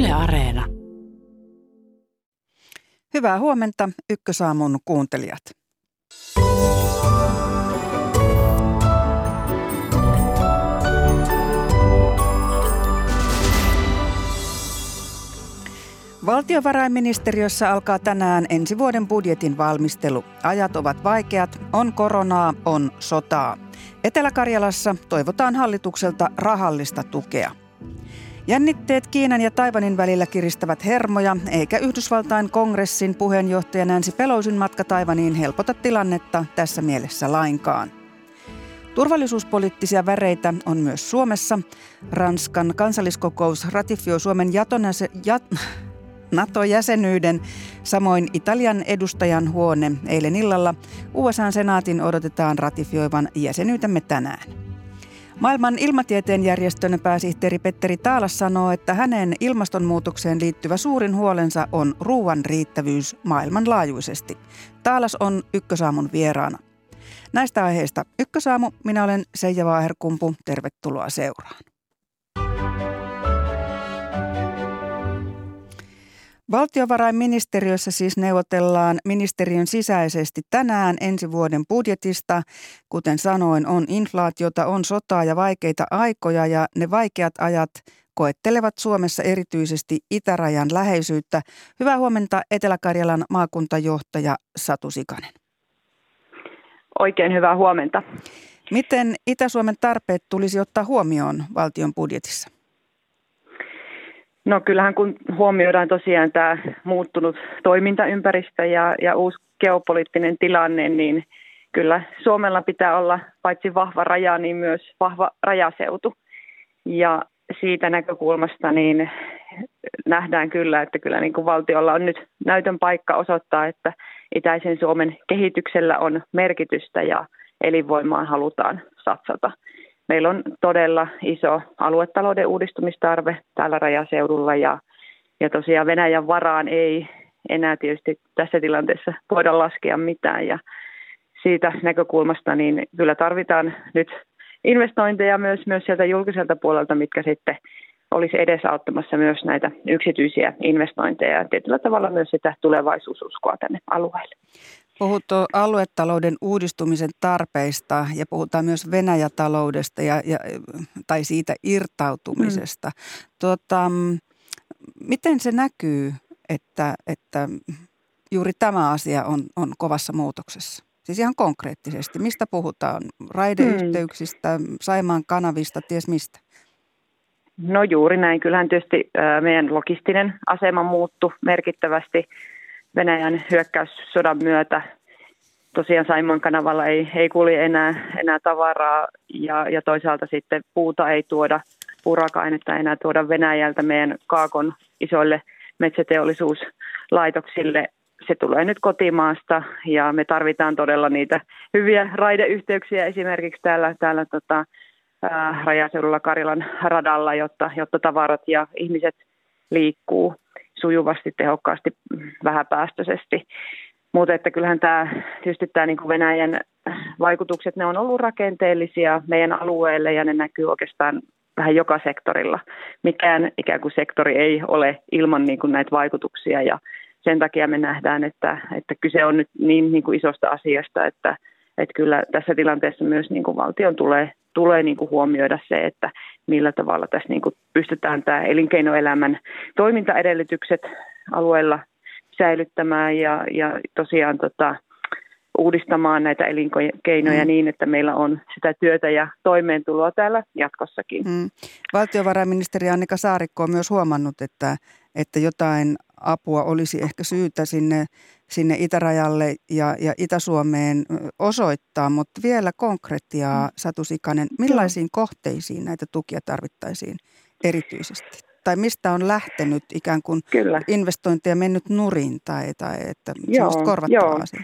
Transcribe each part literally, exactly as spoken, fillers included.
Yle Areena. Hyvää huomenta, Ykkösaamun kuuntelijat. Valtiovarainministeriössä alkaa tänään ensi vuoden budjetin valmistelu. Ajat ovat vaikeat, on koronaa, on sotaa. Etelä-Karjalassa toivotaan hallitukselta rahallista tukea. Jännitteet Kiinan ja Taiwanin välillä kiristävät hermoja, eikä Yhdysvaltain kongressin puheenjohtaja Nancy Pelosin matka Taiwaniin helpota tilannetta tässä mielessä lainkaan. Turvallisuuspoliittisia väreitä on myös Suomessa. Ranskan kansalliskokous ratifioi Suomen jatonäse, jat, NATO-jäsenyyden, samoin Italian edustajan huone eilen illalla. U S A:n senaatin odotetaan ratifioivan jäsenyytemme tänään. Maailman ilmatieteen järjestön pääsihteeri Petteri Taalas sanoo, että hänen ilmastonmuutokseen liittyvä suurin huolensa on ruoan riittävyys maailmanlaajuisesti. Taalas on Ykkösaamun vieraana. Näistä aiheista Ykkösaamu, minä olen Seija Vaaherkumpu, tervetuloa seuraan. Valtiovarainministeriössä siis neuvotellaan ministeriön sisäisesti tänään ensi vuoden budjetista. Kuten sanoin, on inflaatiota, on sotaa ja vaikeita aikoja ja ne vaikeat ajat koettelevat Suomessa erityisesti itärajan läheisyyttä. Hyvää huomenta Etelä-Karjalan maakuntajohtaja Satu Sikanen. Oikein hyvää huomenta. Miten Itä-Suomen tarpeet tulisi ottaa huomioon valtion budjetissa? No kyllähän kun huomioidaan tosiaan tämä muuttunut toimintaympäristö ja, ja uusi geopoliittinen tilanne, niin kyllä Suomella pitää olla paitsi vahva raja, niin myös vahva rajaseutu. Ja siitä näkökulmasta niin nähdään kyllä, että kyllä niin kuin valtiolla on nyt näytön paikka osoittaa, että itäisen Suomen kehityksellä on merkitystä ja elinvoimaan halutaan satsata. Meillä on todella iso aluetalouden uudistumistarve täällä rajaseudulla ja, ja tosiaan Venäjän varaan ei enää tietysti tässä tilanteessa voida laskea mitään. Ja siitä näkökulmasta niin kyllä tarvitaan nyt investointeja myös, myös sieltä julkiselta puolelta, mitkä sitten olisi edesauttamassa myös näitä yksityisiä investointeja ja tietyllä tavalla myös sitä tulevaisuususkoa tänne alueelle. Puhutaan aluetalouden uudistumisen tarpeista ja puhutaan myös Venäjä-taloudesta ja, ja, tai siitä irtautumisesta. Mm. Tuota, miten se näkyy, että, että juuri tämä asia on, on kovassa muutoksessa? Siis ihan konkreettisesti. Mistä puhutaan? Raideyhteyksistä, mm. Saimaan kanavista, ties mistä? No juuri näin. Kyllähän tietysti meidän logistinen asema muuttui merkittävästi Venäjän hyökkäyssodan myötä. Tosiaan Saimaan kanavalla ei, ei kulje enää, enää tavaraa ja, ja toisaalta sitten puuta ei tuoda, puuraaka-ainetta enää tuoda Venäjältä meidän Kaakon isoille metsäteollisuuslaitoksille. Se tulee nyt kotimaasta ja me tarvitaan todella niitä hyviä raideyhteyksiä esimerkiksi täällä, täällä tota, ää, rajaseudulla Karjalan radalla, jotta, jotta tavarat ja ihmiset liikkuu sujuvasti, tehokkaasti, vähäpäästöisesti. Mutta että kyllähän tämä, tietysti tämä niin kuin Venäjän vaikutukset, ne on ollut rakenteellisia meidän alueelle ja ne näkyy oikeastaan vähän joka sektorilla. Mikään ikään kuin sektori ei ole ilman niin kuin näitä vaikutuksia ja sen takia me nähdään, että, että kyse on nyt niin, niin kuin isosta asiasta, että, että kyllä tässä tilanteessa myös niin kuin valtion tulee, tulee niin kuin huomioida se, että millä tavalla tässä niin kuin pystytään tämä elinkeinoelämän toimintaedellytykset alueella säilyttämään ja, ja tosiaan tota, uudistamaan näitä elinkeinoja mm. niin, että meillä on sitä työtä ja toimeentuloa täällä jatkossakin. Mm. Valtiovarainministeri Annika Saarikko on myös huomannut, että, että jotain apua olisi ehkä syytä sinne, sinne itärajalle ja, ja Itä-Suomeen osoittaa, mutta vielä konkretiaa, mm. Satu Sikanen, millaisiin mm. kohteisiin näitä tukia tarvittaisiin erityisesti? Tai mistä on lähtenyt ikään kuin Kyllä. investointeja mennyt nurin tai, tai että semmoista korvattavaa asiaa?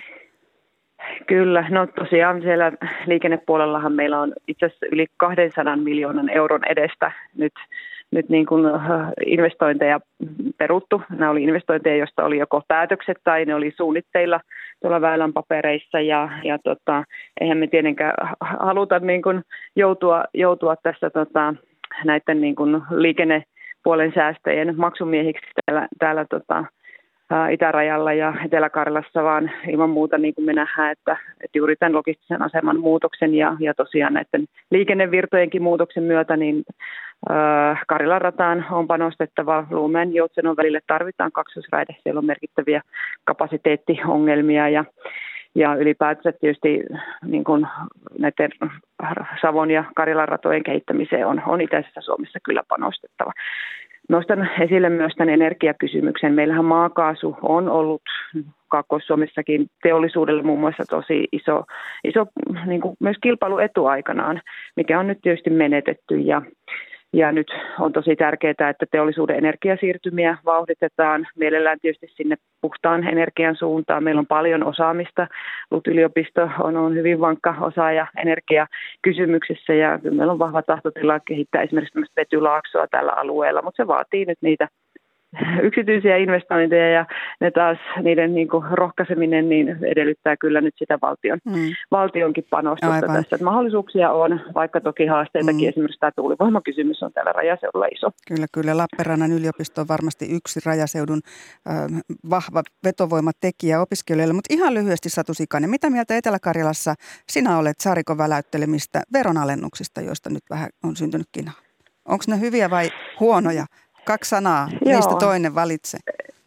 Kyllä, no tosiaan siellä liikennepuolellahan meillä on itse asiassa yli kahdensadan miljoonan euron edestä nyt, nyt niin kuin investointeja peruttu. Nämä oli investointeja, joista oli joko päätökset tai ne oli suunnitteilla tuolla väylän papereissa ja, ja tota, eihän me tietenkään haluta niin kuin joutua, joutua tässä tota, näiden niin kuin liikenne puolen säästöjen maksumiehiksi täällä, täällä tota, itärajalla ja Etelä-Karjalassa, vaan ilman muuta niin kuin me nähdään, että, että juuri tämän logistisen aseman muutoksen ja, ja tosiaan näiden liikennevirtojenkin muutoksen myötä, niin äh, Karjalan rataan on panostettava. Luumäen Joutsenon välille tarvitaan kaksoisraide, siellä on merkittäviä kapasiteettiongelmia ja Ja ylipäätään tietysti niin kuin näiden Savon ja Karjalan ratojen kehittämiseen on, on itäisessä Suomessa kyllä panostettava. Nostan esille myös tämän energiakysymyksen. Meillähän maakaasu on ollut Kaakkois-Suomessakin teollisuudelle muun muassa tosi iso, iso niin kuin myös kilpailuetu aikanaan, mikä on nyt tietysti menetetty. Ja, ja nyt on tosi tärkeää, että teollisuuden energiasiirtymiä vauhditetaan mielellään tietysti sinne puhtaan energian suuntaan. Meillä on paljon osaamista. L U T-yliopisto on, on hyvin vankka osaaja energiakysymyksessä ja meillä on vahva tahtotila kehittää esimerkiksi vetylaaksoa tällä alueella, mutta se vaatii nyt niitä yksityisiä investointeja ja ne taas niiden niin kuin rohkaiseminen niin edellyttää kyllä nyt sitä valtion, mm. valtionkin panostusta Aivan. tässä. Että mahdollisuuksia on, vaikka toki haasteitakin. Mm. Esimerkiksi tämä tuulivoimakysymys on täällä rajaseudulla iso. Kyllä, kyllä. Lappeenrannan yliopisto on varmasti yksi rajaseudun äh, vahva vetovoimatekijä opiskelijoille. Mutta ihan lyhyesti Satu Sikanen, mitä mieltä Etelä-Karjalassa sinä olet Saarikon väläyttelemistä veronalennuksista, joista nyt vähän on syntynyt kinaa? Onko ne hyviä vai huonoja? Kaksi sanaa, Joo. niistä toinen valitse.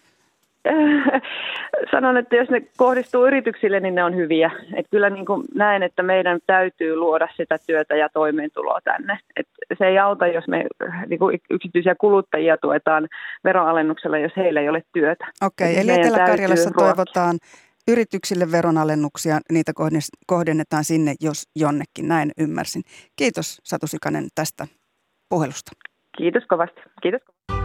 Sanon, että jos ne kohdistuu yrityksille, niin ne on hyviä. Et kyllä niin kuin näen, että meidän täytyy luoda sitä työtä ja toimeentuloa tänne. Et se ei auta, jos me niin kuin yksityisiä kuluttajia tuetaan veronalennuksella, jos heillä ei ole työtä. Okei, okay, eli Etelä-Karjalassa toivotaan yrityksille veronalennuksia, niitä kohdennetaan sinne, jos jonnekin. Näin ymmärsin. Kiitos Satu Sikanen tästä puhelusta. Kiitos kovasti. Kiitos.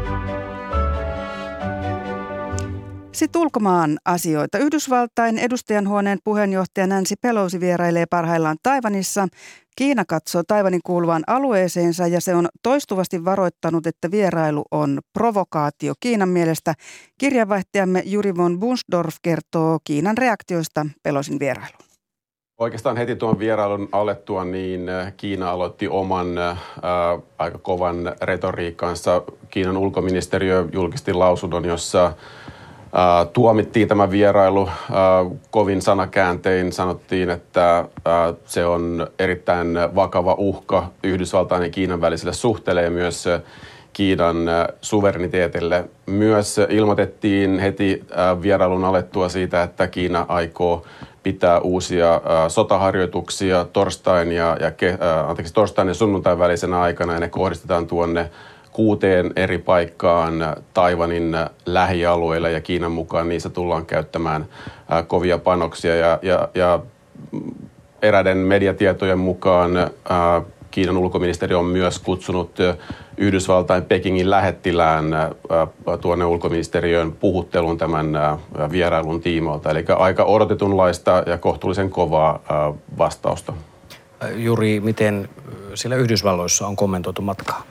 Sitten ulkomaan asioita. Yhdysvaltain edustajanhuoneen puheenjohtaja Nancy Pelosi vierailee parhaillaan Taiwanissa. Kiina katsoo Taiwanin kuuluvan alueeseensa ja se on toistuvasti varoittanut, että vierailu on provokaatio Kiinan mielestä. Kirjeenvaihtajamme Juri von Bunsdorf kertoo Kiinan reaktioista Pelosin vierailuun. Oikeastaan heti tuon vierailun alettua, niin Kiina aloitti oman ää, aika kovan retoriikkansa. Kiinan ulkoministeriö julkisti lausunnon, jossa ää, tuomittiin tämä vierailu ää, kovin sanakääntein. Sanottiin, että ää, se on erittäin vakava uhka Yhdysvaltain ja Kiinan väliselle suhteelle ja myös Kiinan suvereniteetille. Myös ilmoitettiin heti ää, vierailun alettua siitä, että Kiina aikoo pitää uusia äh, sotaharjoituksia torstain ja, ja, ke, äh, anteeksi, torstain ja sunnuntain välisenä aikana, ja ne kohdistetaan tuonne kuuteen eri paikkaan Taiwanin lähialueille, ja Kiinan mukaan niissä tullaan käyttämään äh, kovia panoksia. Ja, ja, ja eräiden mediatietojen mukaan äh, Kiinan ulkoministeri on myös kutsunut äh, Yhdysvaltain Pekingin lähettilään äh, tuonne ulkoministeriön puhuttelun tämän äh, vierailun tiimoilta. Eli aika odotetunlaista ja kohtuullisen kovaa äh, vastausta. Juri, miten siellä Yhdysvalloissa on kommentoitu matkaa?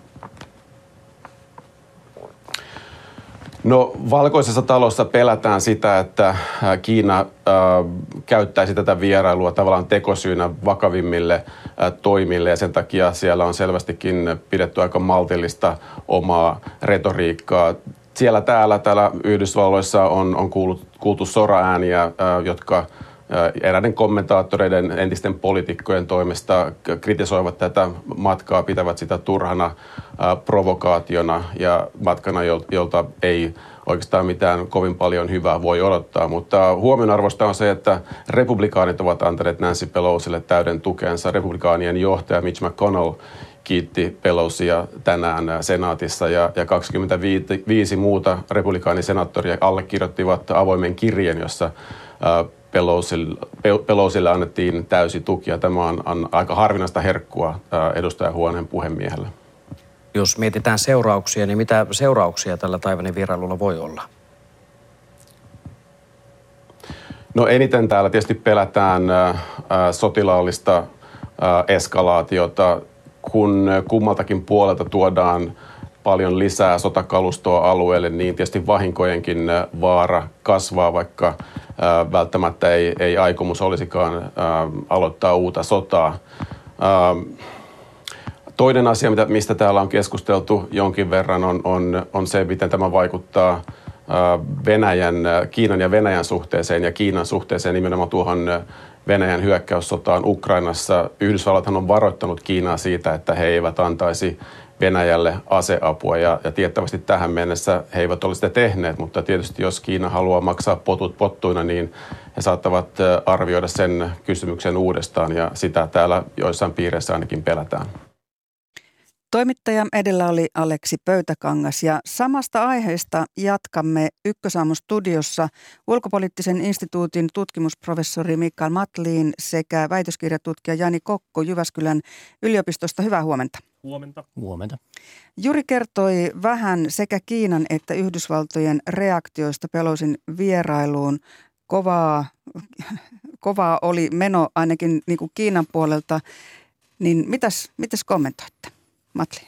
No, Valkoisessa talossa pelätään sitä, että Kiina äh, käyttäisi tätä vierailua tavallaan tekosyynä vakavimmille äh, toimille, ja sen takia siellä on selvästikin pidetty aika maltillista omaa retoriikkaa. Siellä täällä, täällä Yhdysvalloissa on, on kuultu, kuultu soraääniä, äh, jotka äh, eräiden kommentaattoreiden, entisten poliitikkojen toimesta kritisoivat tätä matkaa, pitävät sitä turhana äh, provokaationa ja matkana, jolta ei oikeastaan mitään kovin paljon hyvää voi odottaa. Mutta huomionarvoista on se, että republikaanit ovat antaneet Nancy Pelosille täyden tukensa. Republikaanien johtaja Mitch McConnell kiitti Pelosia tänään senaatissa ja, ja kaksikymmentäviisi muuta republikaanisenaattoria allekirjoittivat avoimen kirjeen, jossa äh, Pelosille, Pelosille annettiin täysi tuki, ja tämä on, on aika harvinaista herkkua äh, edustajahuoneen puhemiehellä. Jos mietitään seurauksia, niin mitä seurauksia tällä Taiwanin vierailulla voi olla? No eniten täällä tietysti pelätään äh, sotilaallista äh, eskalaatiota, kun kummaltakin puolelta tuodaan paljon lisää sotakalustoa alueelle, niin tietysti vahinkojenkin vaara kasvaa, vaikka äh, välttämättä ei, ei aikomus olisikaan äh, aloittaa uutta sotaa. Äh, Toinen asia, mistä täällä on keskusteltu jonkin verran, on, on, on se, miten tämä vaikuttaa Venäjän, Kiinan ja Venäjän suhteeseen ja Kiinan suhteeseen nimenomaan tuohon Venäjän hyökkäyssotaan Ukrainassa. Yhdysvallathan on varoittanut Kiinaa siitä, että he eivät antaisi Venäjälle aseapua ja, ja tiettävästi tähän mennessä he eivät ole sitä tehneet, mutta tietysti jos Kiina haluaa maksaa potut pottuina, niin he saattavat arvioida sen kysymyksen uudestaan ja sitä täällä joissain piireissä ainakin pelätään. Toimittaja edellä oli Aleksi Pöytäkangas ja samasta aiheesta jatkamme Ykkösaamun studiossa ulkopoliittisen instituutin tutkimusprofessori Mikael Matlin sekä väitöskirjatutkija Jani Kokko Jyväskylän yliopistosta. Hyvää huomenta. Huomenta. Huomenta. Juri kertoi vähän sekä Kiinan että Yhdysvaltojen reaktioista Pelosin vierailuun. Kovaa, kovaa oli meno ainakin niin kuin Kiinan puolelta. Niin mitäs, mitäs kommentoitte? Matlin.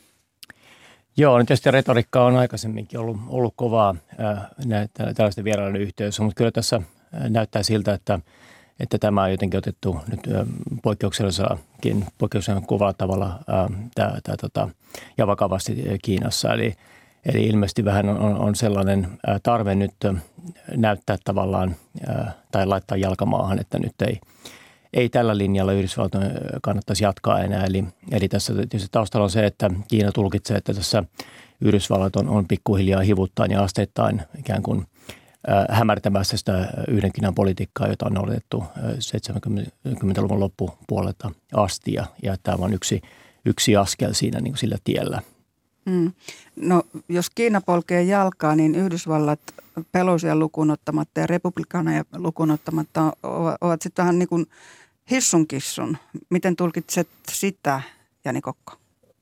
Joo, niin tietysti retoriikka on aikaisemminkin ollut, ollut kovaa ää, tällaisten vierailujen yhteydessä, mutta kyllä tässä näyttää siltä, että, että tämä on jotenkin otettu nyt poikkeuksellisellakin, poikkeuksellisen kovalla tavalla ää, tää, tää, tota, ja vakavasti Kiinassa. Eli, eli ilmeisesti vähän on, on sellainen ää, tarve nyt näyttää tavallaan ää, tai laittaa jalkamaahan, että nyt ei Ei tällä linjalla Yhdysvaltojen kannattaisi jatkaa enää. Eli, eli tässä tietysti taustalla on se, että Kiina tulkitsee, että tässä Yhdysvallat on, on pikkuhiljaa hivuttain ja asteittain ikään kuin äh, hämärtämässä sitä yhden Kiinan politiikkaa, jota on noudatettu äh, seitsemänkymmentäluvun loppupuolelta asti. Ja, ja tämä on yksi, yksi askel siinä niin kuin sillä tiellä. Mm. No jos Kiina polkee jalkaa, niin Yhdysvallat Pelosia lukuun ottamatta ja republikaaneja lukuun ottamatta ovat sitten vähän niin kuin hissun kissun. Miten tulkitset sitä, Jani Kokko?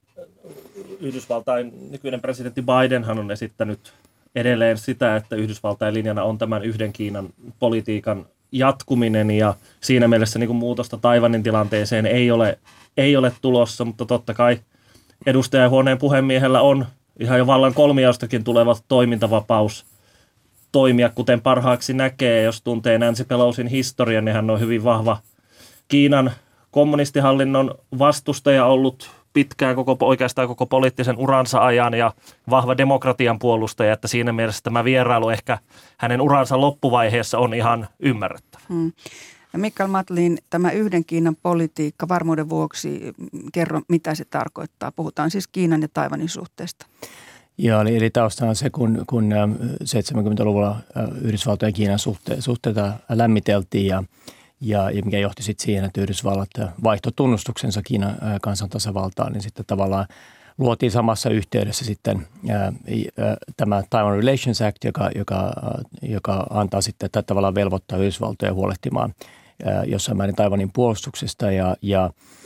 Yhdysvaltain nykyinen presidentti Bidenhan on esittänyt edelleen sitä, että Yhdysvaltain linjana on tämän yhden Kiinan politiikan jatkuminen ja siinä mielessä niin kuin muutosta Taiwanin tilanteeseen ei ole, ei ole tulossa, mutta totta kai edustajahuoneen puhemiehellä on ihan jo vallan kolmiostakin tuleva toimintavapaus toimia, kuten parhaaksi näkee. Jos tuntee Nancy Pelosin historian, niin hän on hyvin vahva Kiinan kommunistihallinnon vastustaja ollut pitkään koko, oikeastaan koko poliittisen uransa ajan ja vahva demokratian puolustaja, että siinä mielessä tämä vierailu ehkä hänen uransa loppuvaiheessa on ihan ymmärrettävä. Hmm. Mikael Matlin, tämä yhden Kiinan politiikka varmuuden vuoksi, kerro mitä se tarkoittaa. Puhutaan siis Kiinan ja Taiwanin suhteesta. Joo, eli, eli taustana on se, kun, kun seitsemänkymmentäluvulla Yhdysvaltojen ja Kiinan suhte, suhteita lämmiteltiin ja, ja, ja mikä johti sitten siihen, että Yhdysvallat vaihtoi tunnustuksensa Kiinan kansantasavaltaan, niin sitten tavallaan luotiin samassa yhteydessä sitten ää, ää, tämä Taiwan Relations Act, joka, joka, joka antaa sitten tätä tavallaan velvoittaa Yhdysvaltoja huolehtimaan ää, jossain määrin Taiwanin puolustuksesta ja, ja,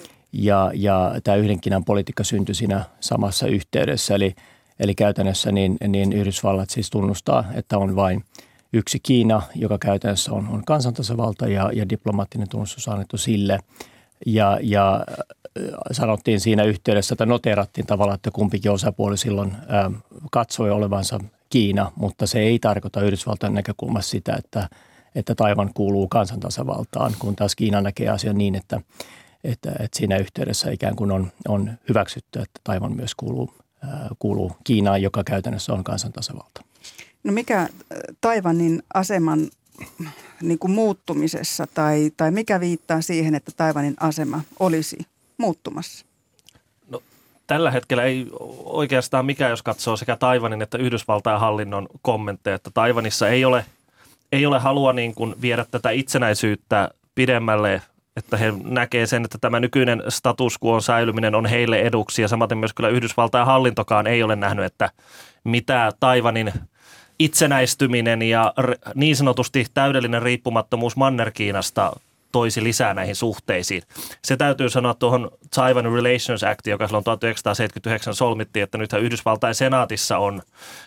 ja, ja tämä yhden Kiinan politiikka syntyi siinä samassa yhteydessä. Eli, eli käytännössä niin, niin Yhdysvallat siis tunnustaa, että on vain yksi Kiina, joka käytännössä on, on kansantasavalta ja, ja diplomaattinen tunnustus annettu sille. Ja, ja sanottiin siinä yhteydessä, että noteerattiin tavallaan, että kumpikin osapuoli silloin ää, katsoi olevansa Kiina, mutta se ei tarkoita Yhdysvaltain näkökulmassa sitä, että, että Taiwan kuuluu kansantasavaltaan, kun taas Kiina näkee asian niin, että, että, että siinä yhteydessä ikään kuin on, on hyväksytty, että Taiwan myös kuuluu, ää, kuuluu Kiinaan, joka käytännössä on kansantasavalta. No mikä Taiwanin aseman niin kuin muuttumisessa tai, tai mikä viittaa siihen, että Taiwanin asema olisi muuttumassa? No, tällä hetkellä ei oikeastaan mikään, jos katsoo sekä Taiwanin että Yhdysvaltain hallinnon kommentteja, että Taiwanissa ei ole, ei ole halua niin kuin viedä tätä itsenäisyyttä pidemmälle, että he näkee sen, että tämä nykyinen status quo säilyminen on heille eduksi ja samaten myös kyllä Yhdysvaltain hallintokaan ei ole nähnyt, että mitä Taiwanin itsenäistyminen ja niin sanotusti täydellinen riippumattomuus Manner-Kiinasta toisi lisää näihin suhteisiin. Se täytyy sanoa tuohon Taiwan Relations Act, joka silloin tuhatyhdeksänsataaseitsemänkymmentäyhdeksän solmittiin, että nythän Yhdysvaltain senaatissa on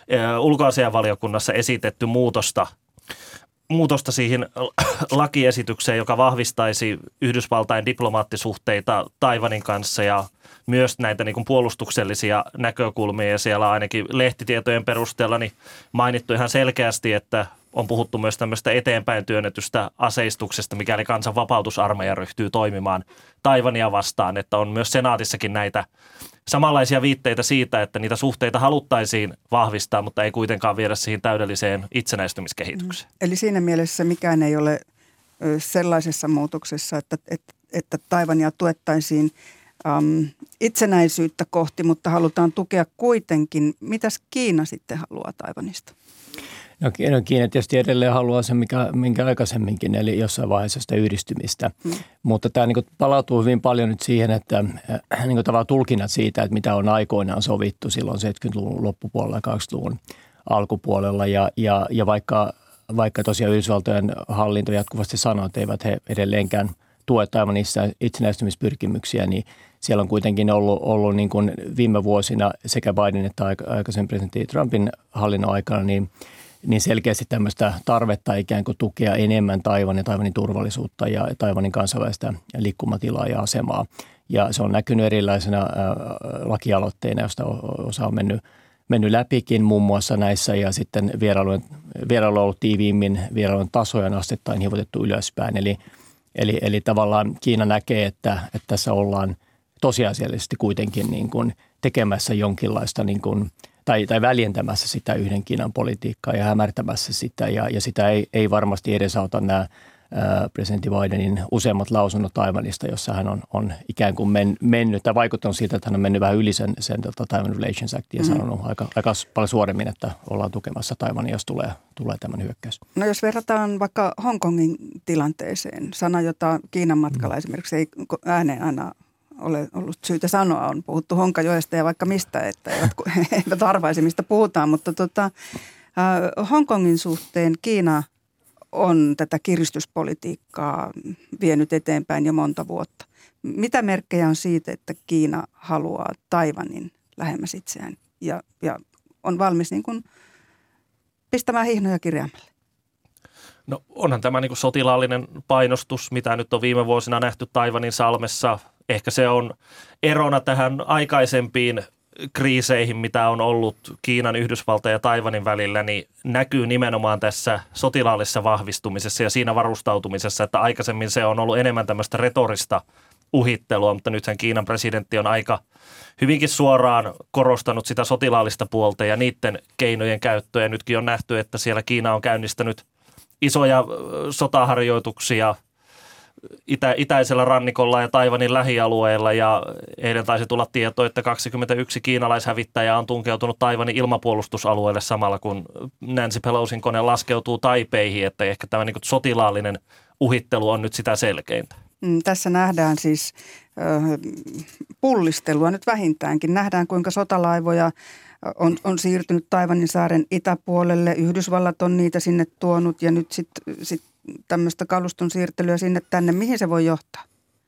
ulkoasiainvaliokunnassa esitetty muutosta, muutosta siihen lakiesitykseen, joka vahvistaisi Yhdysvaltain diplomaattisuhteita Taiwanin kanssa ja myös näitä niin kuin puolustuksellisia näkökulmia ja siellä on ainakin lehtitietojen perusteella niin mainittu ihan selkeästi, että on puhuttu myös tämmöistä eteenpäin työnnetystä aseistuksesta, mikäli kansan vapautusarmeija ryhtyy toimimaan Taiwania vastaan, että on myös senaatissakin näitä samanlaisia viitteitä siitä, että niitä suhteita haluttaisiin vahvistaa, mutta ei kuitenkaan viedä siihen täydelliseen itsenäistymiskehitykseen. Mm. Eli siinä mielessä mikään ei ole sellaisessa muutoksessa, että, että, että Taiwania tuettaisiin um, itsenäisyyttä kohti, mutta halutaan tukea kuitenkin. Mitäs Kiina sitten haluaa Taiwanista? No Kiina tietysti edelleen haluaa sen, mikä, minkä aikaisemminkin, eli jossain vaiheessa sitä yhdistymistä. Hmm. Mutta tämä niin kuin palautuu hyvin paljon nyt siihen, että äh, niin kuin tavallaan tulkinnat siitä, että mitä on aikoinaan sovittu silloin seitsemänkymmentäluvun loppupuolella ja kahdeksankymmentäluvun alkupuolella. Ja, ja, ja vaikka, vaikka tosiaan Yhdysvaltojen hallinto jatkuvasti sanoo, että eivät he edelleenkään tue Taiwanissa itsenäistymispyrkimyksiä, niin siellä on kuitenkin ollut, ollut niin kuin viime vuosina sekä Biden että aikaisemmin presidentti Trumpin hallinnon aikana, niin niin selkeästi tämmöistä tarvetta ikään kuin tukea enemmän Taiwan ja Taiwanin turvallisuutta ja Taiwanin kansainvälistä liikkumatilaa ja asemaa. Ja se on näkynyt erilaisena äh, lakialoitteina, josta osa on mennyt, mennyt läpikin muun muassa näissä ja sitten vierailujen, vierailu on ollut tiiviimmin, vierailun tasoja on astettain hivotettu ylöspäin. Eli, eli, eli tavallaan Kiina näkee, että, että tässä ollaan tosiasiallisesti kuitenkin niin kuin tekemässä jonkinlaista niin kuin Tai, tai väljentämässä sitä yhden Kiinan politiikkaa ja hämärtämässä sitä. Ja, ja sitä ei, ei varmasti edesauta nämä ää, presidentti Bidenin useammat lausunnot Taiwanista, jossa hän on, on ikään kuin men, mennyt, tai vaikuttanut siitä, että hän on mennyt vähän yli sen, sen tota, Taiwan Relations Actin ja mm. sanonut aika, aika paljon suoremmin, että ollaan tukemassa Taiwania, jos tulee, tulee tämän hyökkäys. No jos verrataan vaikka Hongkongin tilanteeseen, sana, jota Kiinan matkalla mm. esimerkiksi ei ääneen aina ole ollut syytä sanoa. On puhuttu Honkajoesta ja vaikka mistä, että eivät, eivät arvaisi, mistä puhutaan. Mutta tota, äh, Hongkongin suhteen Kiina on tätä kiristyspolitiikkaa vienyt eteenpäin jo monta vuotta. Mitä merkkejä on siitä, että Kiina haluaa Taiwanin lähemmäs itseään ja, ja on valmis niin kuin pistämään hihnoja kirjaimalle? No onhan tämä niin kuin sotilaallinen painostus, mitä nyt on viime vuosina nähty Taiwanin salmessa. Ehkä se on erona tähän aikaisempiin kriiseihin, mitä on ollut Kiinan, Yhdysvaltain ja Taiwanin välillä, niin näkyy nimenomaan tässä sotilaallisessa vahvistumisessa ja siinä varustautumisessa, että aikaisemmin se on ollut enemmän tämmöistä retorista uhittelua, mutta nythän Kiinan presidentti on aika hyvinkin suoraan korostanut sitä sotilaallista puolta ja niiden keinojen käyttöä. Ja nytkin on nähty, että siellä Kiina on käynnistänyt isoja sotaharjoituksia itä, itäisellä rannikolla ja Taiwanin lähialueilla ja eilen taisi tulla tieto, että kaksikymmentäyksi kiinalaishävittäjää on tunkeutunut Taiwanin ilmapuolustusalueelle samalla kun Nancy Pelosin kone laskeutuu Taipeihin, että ehkä tämä niin kuin sotilaallinen uhittelu on nyt sitä selkeintä. Mm, tässä nähdään siis äh, pullistelua nyt vähintäänkin. Nähdään kuinka sotalaivoja on, on siirtynyt Taiwanin saaren itäpuolelle. Yhdysvallat on niitä sinne tuonut ja nyt sitten sit tämmöistä kaluston siirtelyä sinne tänne. Mihin se voi johtaa?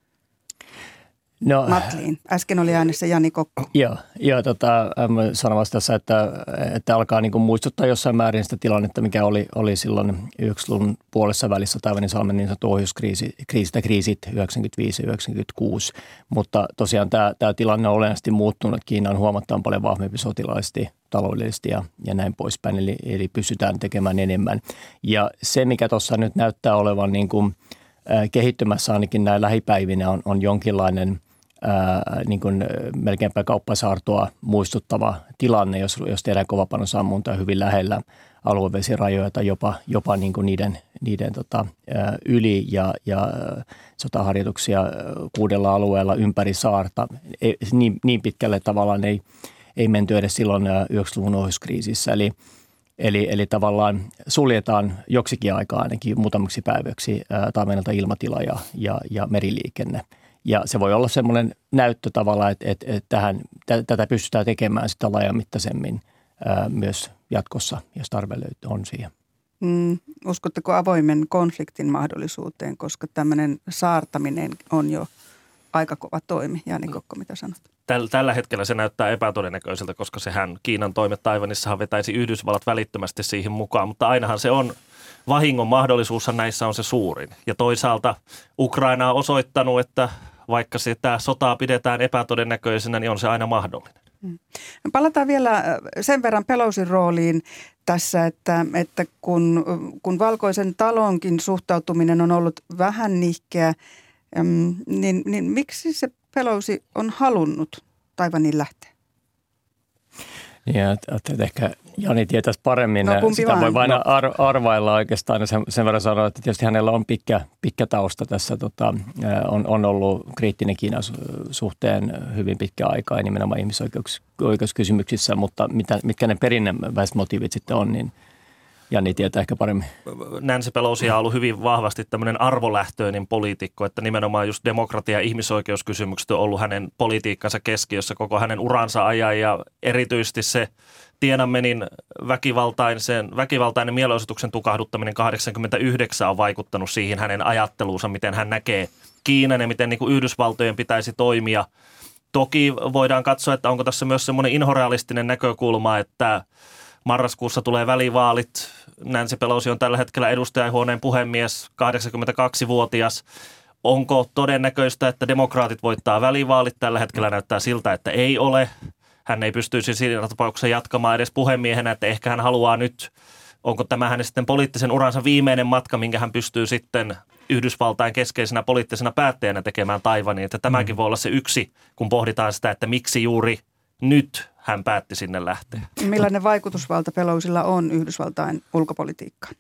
No, Matliin. Äsken oli äänessä Jani Kokko. Joo, joo tota, sanomassa tässä, että, että alkaa niin kuin muistuttaa jossain määrin sitä tilannetta, mikä oli, oli silloin yhdeksänkymmentäluvun puolessa välissä Taiwanin salmen niin sanottu ohjuskriisi, kriisistä kriisit yhdeksänkymmentäviisi yhdeksänkymmentäkuusi. Mutta tosiaan tämä, tämä tilanne on olennaisesti muuttunut. Kiina on huomattavan paljon vahvempi sotilaallisesti, taloudellisesti ja, ja näin poispäin. Eli, eli pystytään tekemään enemmän. Ja se, mikä tuossa nyt näyttää olevan niin kuin, äh, kehittymässä ainakin näin lähipäivinä, on, on jonkinlainen Ää, niin kuin melkeinpä kauppasaartoa muistuttava tilanne, jos, jos tehdään kovapainosammuntaa hyvin lähellä aluevesirajoja tai jopa, jopa niin kuin niiden, niiden tota, ää, yli ja, ja sotaharjoituksia kuudella alueella ympäri saarta. Ei, niin, niin pitkälle tavallaan ei, ei menty edes silloin yhdeksänkymmentäluvun ohjuskriisissä. Eli, eli, eli tavallaan suljetaan joksikin aikaa ainakin muutamaksi päiväksi Taiwanilta ilmatila ja, ja, ja meriliikenne. Ja se voi olla semmoinen näyttö tavallaan, että, että, että tähän, tätä pystytään tekemään sitä laajamittaisemmin ää, myös jatkossa, jos tarve on siihen. Mm, uskotteko avoimen konfliktin mahdollisuuteen, koska tämmöinen saartaminen on jo aika kova toimi? Jani Kokko, mitä sanot? Tällä, tällä hetkellä se näyttää epätodennäköiseltä, koska sehän Kiinan toimet Taiwanissahan vetäisi Yhdysvallat välittömästi siihen mukaan, mutta ainahan se on vahingon mahdollisuushan näissä on se suurin. Ja toisaalta Ukraina on osoittanut, että vaikka sitä sotaa pidetään epätodennäköisenä, niin on se aina mahdollinen. Palataan vielä sen verran Pelosin rooliin tässä, että, että kun, kun Valkoisen talonkin suhtautuminen on ollut vähän nihkeä Äm, niin, niin miksi se Pelosi on halunnut Taiwanin lähteä? Ja, että ehkä Jani tietäisi paremmin. No, sitä vaan. voi vain no. ar- arvailla oikeastaan. Sen, sen verran sanoa, että tietysti hänellä on pitkä, pitkä tausta tässä. Tota, on, on ollut kriittinen Kiinan suhteen hyvin pitkä aikaa ja nimenomaan ihmisoikeuskysymyksissä, mutta mitä, mitkä ne perinnäväiset motiivit sitten on, niin Jani tietää ehkä paremmin. Nancy Pelosi on ollut hyvin vahvasti tämmöinen arvolähtöinen poliitikko, että nimenomaan just demokratia- ja ihmisoikeuskysymykset on ollut hänen politiikkansa keskiössä koko hänen uransa ajan ja erityisesti se Tiananmenin väkivaltainen, väkivaltainen mielenosoituksen tukahduttaminen kahdeksankymmentäyhdeksän on vaikuttanut siihen hänen ajatteluunsa, miten hän näkee Kiinan ja miten niin kuin Yhdysvaltojen pitäisi toimia. Toki voidaan katsoa, että onko tässä myös semmoinen inhorealistinen näkökulma, että marraskuussa tulee välivaalit. Nancy Pelosi on tällä hetkellä edustajainhuoneen puhemies, kahdeksankymmentäkaksivuotias. Onko todennäköistä, että demokraatit voittaa välivaalit? Tällä hetkellä näyttää siltä, että ei ole. Hän ei pystyisi siinä tapauksessa jatkamaan edes puhemiehenä, että ehkä hän haluaa nyt, onko tämä hänen sitten poliittisen uransa viimeinen matka, minkä hän pystyy sitten Yhdysvaltain keskeisenä poliittisena päättäjänä tekemään Taiwaniin. Että tämäkin voi olla se yksi, kun pohditaan sitä, että miksi juuri nyt hän päätti sinne lähteä. Millainen vaikutusvalta Pelosilla on Yhdysvaltain ulkopolitiikkaan?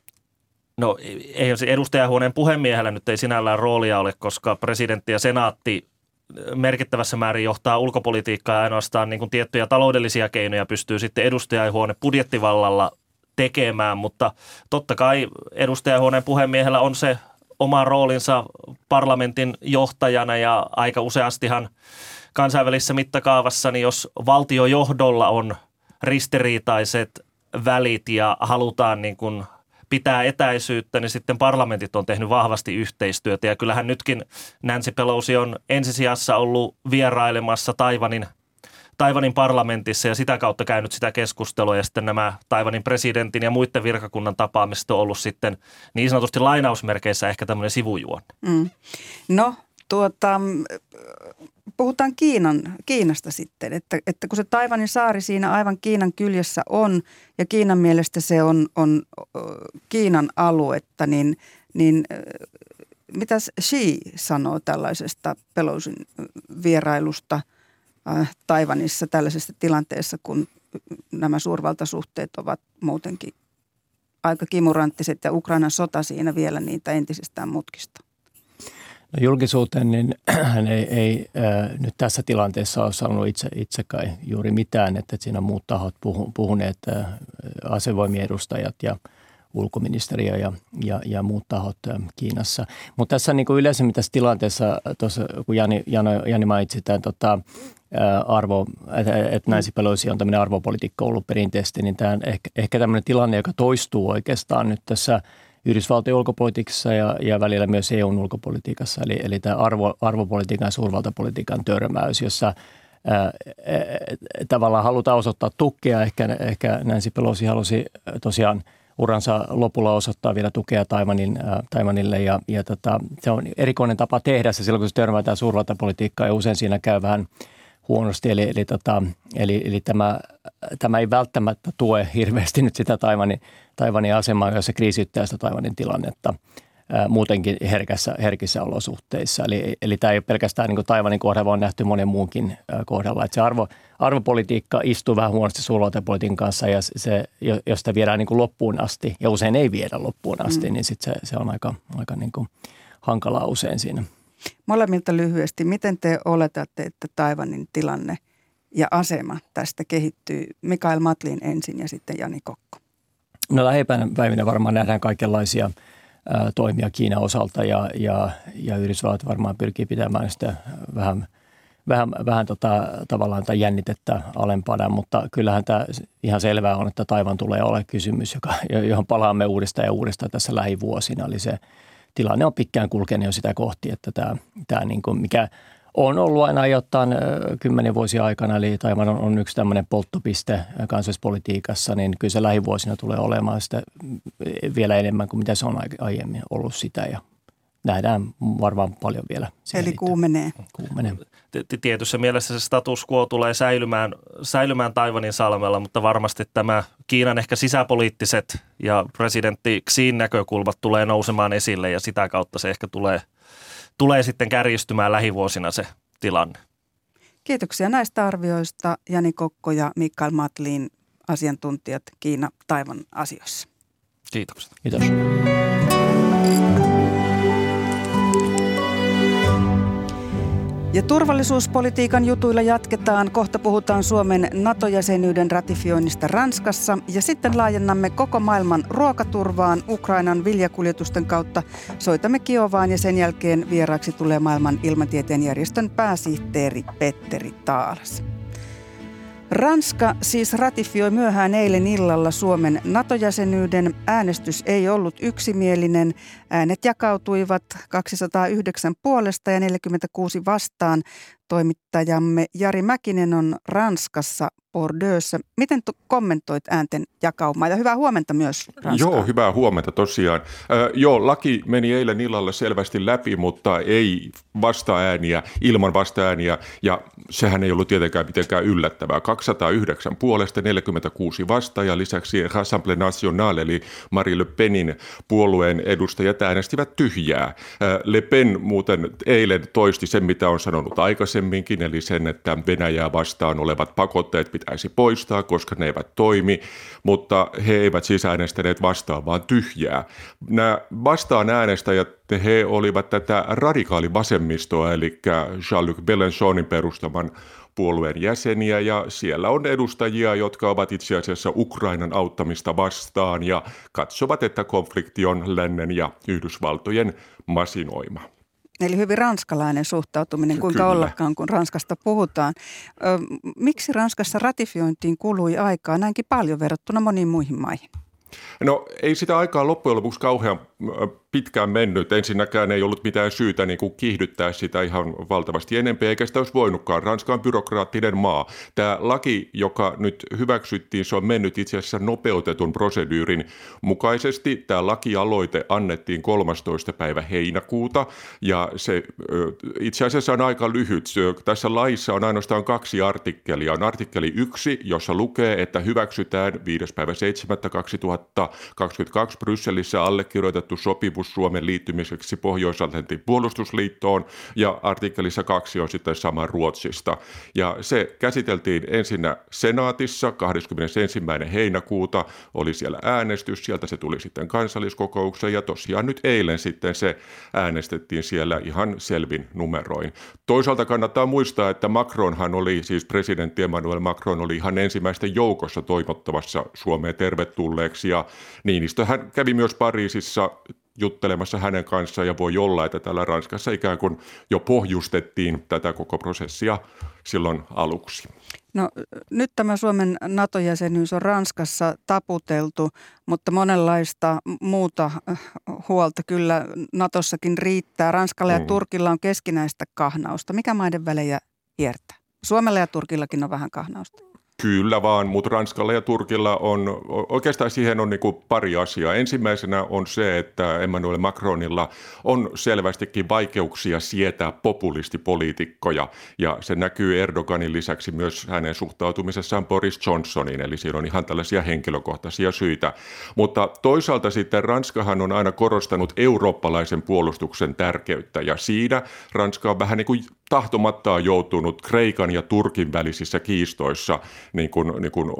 No ei se edustajahuoneen puhemiehellä nyt ei sinällään roolia ole, koska presidentti ja senaatti merkittävässä määrin johtaa ulkopolitiikkaa ja ainoastaan niin kuin tiettyjä taloudellisia keinoja pystyy sitten edustajahuone budjettivallalla tekemään, mutta totta kai edustajahuoneen puhemiehellä on se oma roolinsa parlamentin johtajana ja aika useastihan kansainvälisessä mittakaavassa, niin jos valtiojohdolla on ristiriitaiset välit ja halutaan niin kuin pitää etäisyyttä, niin sitten parlamentit on tehnyt vahvasti yhteistyötä. Ja kyllähän nytkin Nancy Pelosi on ensisijassa ollut vierailemassa Taiwanin, Taiwanin parlamentissa ja sitä kautta käynyt sitä keskustelua. Ja sitten nämä Taiwanin presidentin ja muiden virkakunnan tapaamiset on ollut sitten niin sanotusti lainausmerkeissä ehkä tämmöinen sivujuonne. Mm. No tuota... Puhutaan Kiinan, Kiinasta sitten, että, että kun se Taiwanin saari siinä aivan Kiinan kyljessä on ja Kiinan mielestä se on, on Kiinan aluetta, niin, niin mitäs Xi sanoo tällaisesta Pelosin vierailusta äh, Taiwanissa tällaisessa tilanteessa, kun nämä suurvaltasuhteet ovat muutenkin aika kimuranttiset ja Ukrainan sota siinä vielä niitä entisestään mutkista? No julkisuuteen niin hän ei, ei äh, nyt tässä tilanteessa ole sanonut itse, itse kai juuri mitään, että siinä on muut tahot puhu, puhuneet, äh, asevoimien edustajat ja ulkoministeriö ja, ja, ja muut tahot äh, Kiinassa. Mutta tässä niin kuin yleisemmin tässä tilanteessa, tuossa, kun Jani, Jani, Jani mainitsi tämän tota, äh, arvo, että et Nancy Pelosi on tämmöinen arvopolitiikka ollut perinteisesti, niin tämä on ehkä, ehkä tämmöinen tilanne, joka toistuu oikeastaan nyt tässä Yhdysvaltojen ulkopolitiikassa ja, ja välillä myös E U:n ulkopolitiikassa, eli, eli tämä arvo, arvopolitiikan ja suurvaltapolitiikan törmäys, jossa ää, ää, tavallaan halutaan osoittaa tukea. Ehkä, ehkä Nancy Pelosi halusi tosiaan uransa lopulla osoittaa vielä tukea Taiwanin, ää, Taiwanille ja, ja tota, se on erikoinen tapa tehdä se silloin, kun se törmätään suurvaltapolitiikkaan ja usein siinä käy vähän huonosti, eli, eli, tota, eli, eli tämä, tämä ei välttämättä tue hirveästi nyt sitä Taiwanin, Taiwanin asemaa, jossa kriisiyttää sitä Taiwanin tilannetta ää, muutenkin herkässä, herkissä olosuhteissa. Eli, eli tämä ei ole pelkästään niin kuin Taiwanin kohdalla, vaan on nähty monen muunkin ää, kohdalla. Että se arvo, arvopolitiikka istuu vähän huonosti suurvaltapolitiikan kanssa ja se, jos sitä viedään niin kuin loppuun asti, ja usein ei viedä loppuun asti, mm. niin sitten se, se on aika, aika niin kuin hankalaa usein siinä. Molemmilta lyhyesti, miten te oletatte, että Taiwanin tilanne ja asema tästä kehittyy? Mikael Matlin ensin ja sitten Jani Kokko. No lähipäivinä varmaan nähdään kaikenlaisia ä, toimia Kiinan osalta ja, ja, ja Yhdysvallat varmaan pyrkii pitämään sitä vähän, vähän, vähän tota, tavallaan tai jännitettä alempana, mutta kyllähän tämä ihan selvää on, että Taiwan tulee olemaan kysymys, joka, johon palaamme uudestaan ja uudestaan tässä lähivuosina, eli se tilanne on pitkään kulkenut jo sitä kohti, että tämä, tämä niin kuin mikä on ollut aina ajoittain kymmenen vuosia aikana, eli Taiwan on, on yksi tämmöinen polttopiste kansallispolitiikassa, niin kyllä se lähivuosina tulee olemaan sitä vielä enemmän kuin mitä se on aiemmin ollut sitä ja nähdään varmaan paljon vielä. Eli kuumenee. kuumenee. Tietyssä mielessä se status quo tulee säilymään, säilymään Taiwanin salmella, mutta varmasti tämä Kiinan ehkä sisäpoliittiset ja presidentti Xin näkökulmat tulee nousemaan esille ja sitä kautta se ehkä tulee, tulee sitten kärjistymään lähivuosina se tilanne. Kiitoksia näistä arvioista Jani Kokko ja Mikael Matlin, asiantuntijat Kiina-Taiwan asioissa. Kiitoksia. Kiitos. Ja turvallisuuspolitiikan jutuilla jatketaan. Kohta puhutaan Suomen NATO-jäsenyyden ratifioinnista Ranskassa ja sitten laajennamme koko maailman ruokaturvaan Ukrainan viljakuljetusten kautta. Soitamme Kiovaan ja sen jälkeen vieraaksi tulee maailman ilmatieteen järjestön pääsihteeri Petteri Taalas. Ranska siis ratifioi myöhään eilen illalla Suomen NATO-jäsenyyden. Äänestys ei ollut yksimielinen. Äänet jakautuivat kaksisataayhdeksän puolesta ja neljäkymmentäkuusi vastaan. Toimittajamme Jari Mäkinen on Ranskassa Bordeauxssa. Miten tu- kommentoit äänten jakaumaa ja hyvää huomenta myös Ranskaan? Joo, hyvää huomenta tosiaan. Äh, joo, laki meni eilen illalla selvästi läpi, mutta ei vastaääniä, ilman vastaääniä, ja sehän ei ollut tietenkään mitenkään yllättävää. kaksisataayhdeksän puolesta, neljäkymmentäkuusi vastaan, ja lisäksi Rassemblement National, eli Marine Le Penin puolueen edustajat äänestivät tyhjää. Äh, Le Pen muuten eilen toisti sen, mitä on sanonut aikaisemminkin, eli sen, että Venäjää vastaan olevat pakotteet pitäisi poistaa, koska ne eivät toimi, mutta he eivät siis äänestäneet vastaan, vaan tyhjää. Nämä vastaan äänestäjät, he olivat tätä radikaalivasemmistoa, eli Jean-Luc Mélenchonin perustaman puolueen jäseniä, ja siellä on edustajia, jotka ovat itse asiassa Ukrainan auttamista vastaan ja katsovat, että konflikti on lännen ja Yhdysvaltojen masinoima. Eli hyvin ranskalainen suhtautuminen, kuinka Kyllä. ollakaan, kun Ranskasta puhutaan. Ö, miksi Ranskassa ratifiointiin kului aikaa näinkin paljon verrattuna moniin muihin maihin? No ei sitä aikaa loppujen lopuksi kauhean pitkään mennyt. Ensinnäkään ei ollut mitään syytä niin kuin kiihdyttää sitä ihan valtavasti enempää, eikä sitä olisi voinutkaan. Ranska on byrokraattinen maa. Tämä laki, joka nyt hyväksyttiin, se on mennyt itse asiassa nopeutetun proseduurin mukaisesti. Tämä lakialoite annettiin kolmastoista päivä heinäkuuta, ja se itse asiassa on aika lyhyt. Tässä laissa on ainoastaan kaksi artikkelia. On artikkeli yksi, jossa lukee, että hyväksytään viides päivä seitsemättä kaksituhattakaksikymmentäkaksi Brysselissä allekirjoitettu sopimus Suomen liittymiseksi Pohjois-Atlantin puolustusliittoon, ja artikkelissa kaksi on sitten sama Ruotsista. Ja se käsiteltiin ensinnä senaatissa kahdeskymmenesensimmäinen heinäkuuta, oli siellä äänestys, sieltä se tuli sitten kansalliskokoukseen, ja tosiaan nyt eilen sitten se äänestettiin siellä ihan selvin numeroin. Toisaalta kannattaa muistaa, että Macronhan oli, siis presidentti Emmanuel Macron oli ihan ensimmäisten joukossa toivottamassa Suomeen tervetulleeksi, ja Niinistöhän kävi myös Pariisissa juttelemassa hänen kanssaan, ja voi olla, että täällä Ranskassa ikään kuin jo pohjustettiin tätä koko prosessia silloin aluksi. No nyt tämä Suomen NATO-jäsenyys on Ranskassa taputeltu, mutta monenlaista muuta huolta kyllä NATOssakin riittää. Ranskalla ja mm. Turkilla on keskinäistä kahnausta. Mikä maiden välejä hiertää? Suomella ja Turkillakin on vähän kahnausta. Kyllä vaan, mutta Ranskalla ja Turkilla on, oikeastaan siihen on niin kuin pari asiaa. Ensimmäisenä on se, että Emmanuel Macronilla on selvästikin vaikeuksia sietää populistipoliitikkoja, ja se näkyy Erdoganin lisäksi myös hänen suhtautumisessaan Boris Johnsoniin, eli siinä on ihan tällaisia henkilökohtaisia syitä. Mutta toisaalta sitten Ranskahan on aina korostanut eurooppalaisen puolustuksen tärkeyttä, ja siinä Ranska on vähän niin kuin tahtomattaan joutunut Kreikan ja Turkin välisissä kiistoissa niin kuin, niin kuin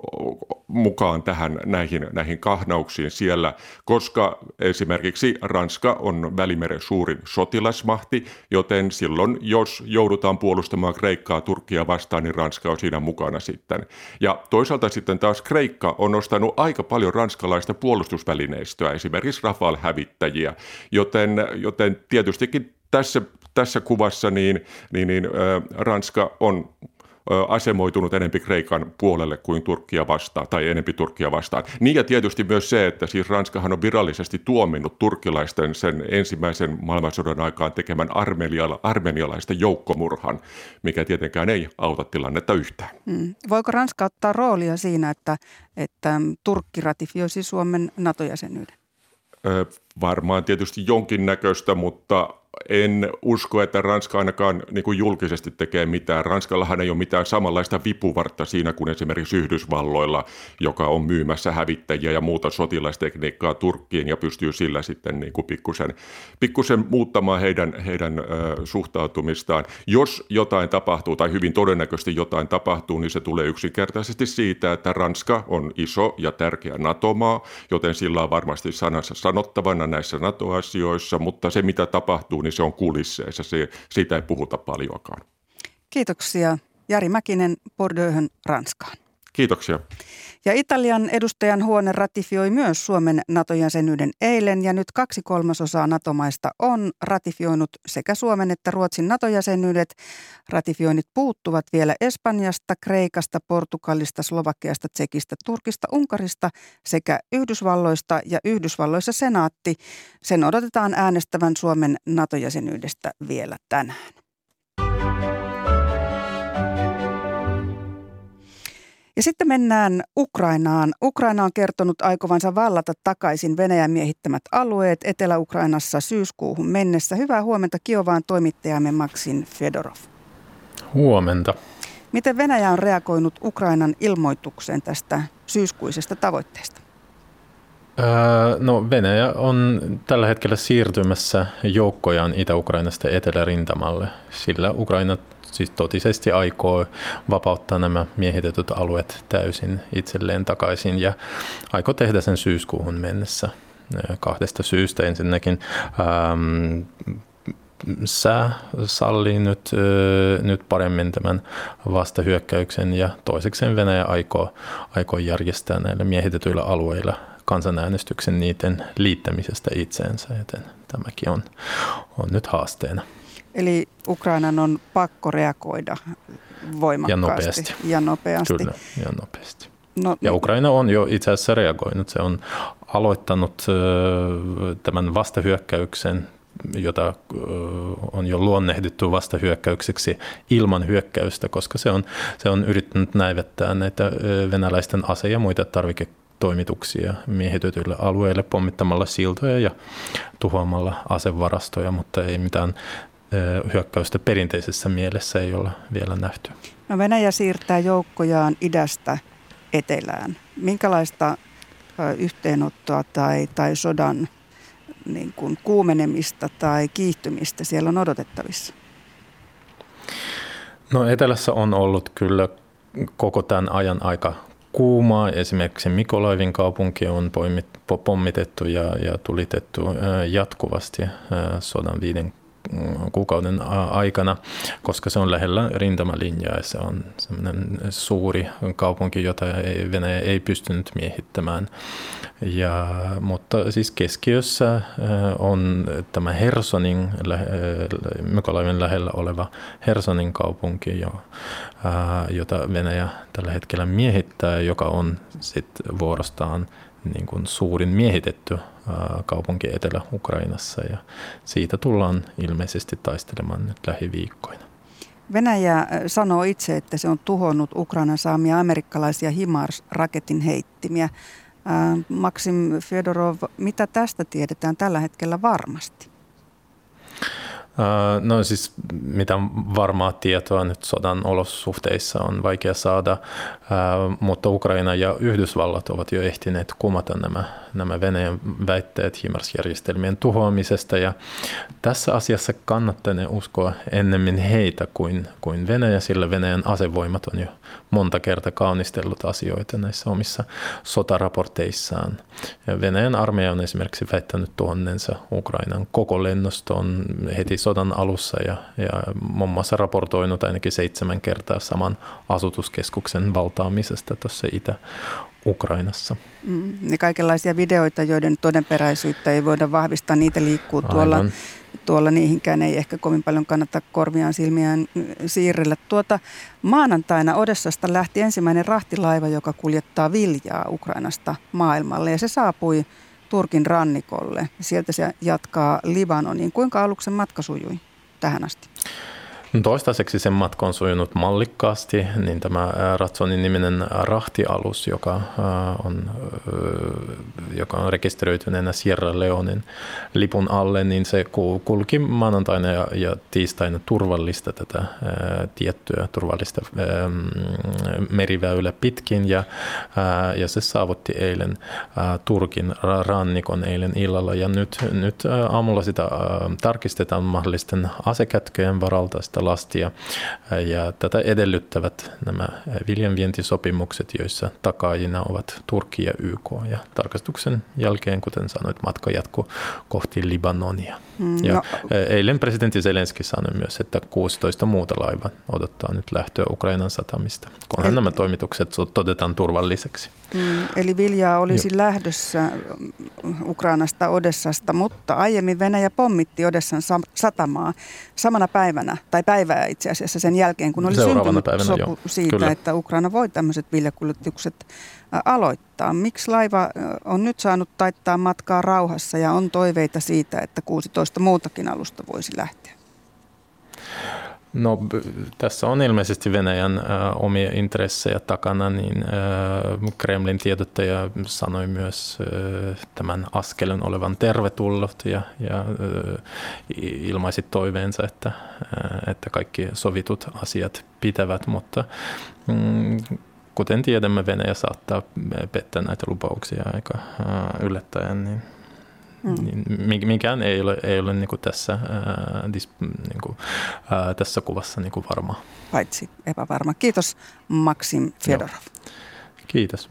mukaan tähän näihin, näihin kahnauksiin siellä, koska esimerkiksi Ranska on Välimeren suurin sotilasmahti, joten silloin jos joudutaan puolustamaan Kreikkaa Turkkia vastaan, niin Ranska on siinä mukana sitten. Ja toisaalta sitten taas Kreikka on ostanut aika paljon ranskalaista puolustusvälineistöä, esimerkiksi Rafale-hävittäjiä, joten, joten tietystikin Tässä, tässä kuvassa niin, niin, niin, ä, Ranska on ä, asemoitunut enempi Kreikan puolelle kuin Turkkia vastaan, tai enempi Turkkia vastaan. Niin ja tietysti myös se, että siis Ranskahan on virallisesti tuominnut turkkilaisten sen ensimmäisen maailmansodan aikaan tekemän armeniala, armenialaisten joukkomurhan, mikä tietenkään ei auta tilannetta yhtään. Hmm. Voiko Ranska ottaa roolia siinä, että, että Turkki ratifioisi Suomen NATO-jäsenyyden? varmaan tietysti jonkinnäköistä, mutta en usko, että Ranska ainakaan niin kuin julkisesti tekee mitään. Ranskallahan ei ole mitään samanlaista vipuvartta siinä kuin esimerkiksi Yhdysvalloilla, joka on myymässä hävittäjiä ja muuta sotilastekniikkaa Turkkiin ja pystyy sillä sitten niin kuin pikkusen, pikkusen muuttamaan heidän, heidän ö, suhtautumistaan. Jos jotain tapahtuu tai hyvin todennäköisesti jotain tapahtuu, niin se tulee yksinkertaisesti siitä, että Ranska on iso ja tärkeä NATO-maa, joten sillä on varmasti sanansa sanottavana näissä NATO-asioissa, mutta se mitä tapahtuu, niin se on kulisseissa. Se, siitä ei puhuta paljoakaan. Kiitoksia. Jari Mäkinen, Bordeaux'n Ranskaan. Kiitoksia. Ja Italian edustajan huone ratifioi myös Suomen NATO-jäsenyyden eilen ja nyt kaksi kolmasosaa NATO-maista on ratifioinut sekä Suomen että Ruotsin NATO-jäsenyydet. Ratifioinnit puuttuvat vielä Espanjasta, Kreikasta, Portugalista, Slovakiasta, Tsekistä, Turkista, Unkarista sekä Yhdysvalloista ja Yhdysvalloissa senaatti. Sen odotetaan äänestävän Suomen NATO-jäsenyydestä vielä tänään. Ja sitten mennään Ukrainaan. Ukraina on kertonut aikovansa vallata takaisin Venäjän miehittämät alueet Etelä-Ukrainassa syyskuuhun mennessä. Hyvää huomenta Kiovaan toimittajamme Maksim Fedorov. Huomenta. Miten Venäjä on reagoinut Ukrainan ilmoitukseen tästä syyskuisesta tavoitteesta? Öö, no Venäjä on tällä hetkellä siirtymässä joukkojaan Itä-Ukrainasta etelärintamalle, sillä Ukraina siis totisesti aikoo vapauttaa nämä miehitetyt alueet täysin itselleen takaisin ja aikoo tehdä sen syyskuuhun mennessä kahdesta syystä. Ensinnäkin ähm, sää sallii nyt, äh, nyt paremmin tämän vastahyökkäyksen ja toisekseen Venäjä aikoo, aikoo järjestää näillä miehitetyillä alueilla kansanäänestyksen niiden liittämisestä itseensä, joten tämäkin on, on nyt haasteena. Eli Ukrainan on pakko reagoida voimakkaasti. Ja nopeasti. Ja nopeasti. Kyllä, ja nopeasti. No, ja Ukraina on jo itse asiassa reagoinut. Se on aloittanut tämän vastahyökkäyksen, jota on jo luonnehdittu vastahyökkäykseksi ilman hyökkäystä, koska se on, se on yrittänyt näivettää näitä venäläisten ase- ja muita tarviketoimituksia miehitetyille alueille pommittamalla siltoja ja tuhoamalla asevarastoja, mutta ei mitään hyökkäystä perinteisessä mielessä ei ole vielä nähty. No Venäjä siirtää joukkojaan idästä etelään. Minkälaista yhteenottoa tai, tai sodan niin kuin kuumenemista tai kiihtymistä siellä on odotettavissa? No etelässä on ollut kyllä koko tämän ajan aika kuumaa. Esimerkiksi Mykolaivin kaupunki on pommitettu ja, ja tulitettu jatkuvasti sodan viiden kuukauden aikana, koska se on lähellä rintamalinjaa ja se on sellainen suuri kaupunki, jota ei, Venäjä ei pystynyt miehittämään. Ja, mutta siis keskiössä on tämä Hersonin, Mykolaivin lähellä oleva Hersonin kaupunki, jota Venäjä tällä hetkellä miehittää, joka on sitten vuorostaan niin kuin suurin miehitetty kaupunki Etelä-Ukrainassa ja siitä tullaan ilmeisesti taistelemaan nyt lähiviikkoina. Venäjä sanoo itse, että se on tuhonnut Ukrainan saamia amerikkalaisia HIMARS-raketin heittimiä. Maksim Fedorov, mitä tästä tiedetään tällä hetkellä varmasti? No siis mitä varmaa tietoa nyt sodan olosuhteissa on vaikea saada, mutta Ukraina ja Yhdysvallat ovat jo ehtineet kumata nämä, nämä Venäjän väitteet HIMARS-järjestelmien tuhoamisesta. Ja tässä asiassa kannattaa uskoa ennemmin heitä kuin, kuin Venäjä, sillä Venäjän asevoimat on jo monta kertaa kaunistellut asioita näissä omissa sotaraporteissaan. Ja Venäjän armeija on esimerkiksi väittänyt tuhonneensa Ukrainan koko lennoston heti sodan alussa ja, ja muun muassa raportoinut ainakin seitsemän kertaa saman asutuskeskuksen valtaamisesta tuossa Itä-Ukrainassa. Mm, ja kaikenlaisia videoita, joiden todenperäisyyttä ei voida vahvistaa, niitä liikkuu tuolla, tuolla niihinkään ei ehkä kovin paljon kannata korviaan silmiään siirrellä. Tuota, maanantaina Odessasta lähti ensimmäinen rahtilaiva, joka kuljettaa viljaa Ukrainasta maailmalle ja se saapui Turkin rannikolle. Sieltä se jatkaa Libanoniin. Kuinka aluksen matka sujui tähän asti? No toistaiseksi sen matka on sujunut mallikkaasti, niin tämä Ratsonin niminen rahtialus, joka on joka on rekisteröityneenä Sierra Leonen lipun alle, niin se kulki maanantaina ja, ja tiistaina turvallista tätä ää, tiettyä turvallista ää, meriväylä pitkin ja, ää, ja se saavutti eilen ää, Turkin rannikon eilen illalla ja nyt, nyt ää, aamulla sitä ää, tarkistetaan mahdollisten asekätköjen varalta sitä lastia ää, ja tätä edellyttävät nämä viljanvientisopimukset, joissa takaajina ovat Turkki ja Y K ja tarkastuksen jälkeen, kuten sanoit, matka jatkuu kohti Libanonia. Mm, ja no. Eilen presidentti Zelenski sanoi myös, että kuusitoista muuta laivaa odottaa nyt lähtöä Ukrainan satamista, kunhan eli, nämä toimitukset todetaan turvalliseksi. Mm, eli viljaa olisi jo lähdössä Ukrainasta Odessasta, mutta aiemmin Venäjä pommitti Odessan satamaa samana päivänä, tai päivää itse asiassa sen jälkeen, kun oli syntynyt sopu jo siitä, Kyllä. että Ukraina voi tämmöiset viljakuljetukset aloittaa. Miksi laiva on nyt saanut taittaa matkaa rauhassa ja on toiveita siitä, että kuusitoista muutakin alusta voisi lähteä? No tässä on ilmeisesti Venäjän äh, omia intressejä takana, niin äh, Kremlin tiedottaja sanoi myös äh, tämän askeleen olevan tervetullut ja, ja äh, ilmaisi toiveensa, että, äh, että kaikki sovitut asiat pitävät, mutta mm, kuten tiedämme, Venäjä saattaa pettää näitä lupauksia aika äh, yllättäen, niin Mm. Niin mikään ei ole, ei ole niin kuin tässä, ää, dis, niin kuin, ää, tässä kuvassa niin kuin varmaa. Paitsi epävarma. Kiitos Maksim Fedorov. Joo. Kiitos.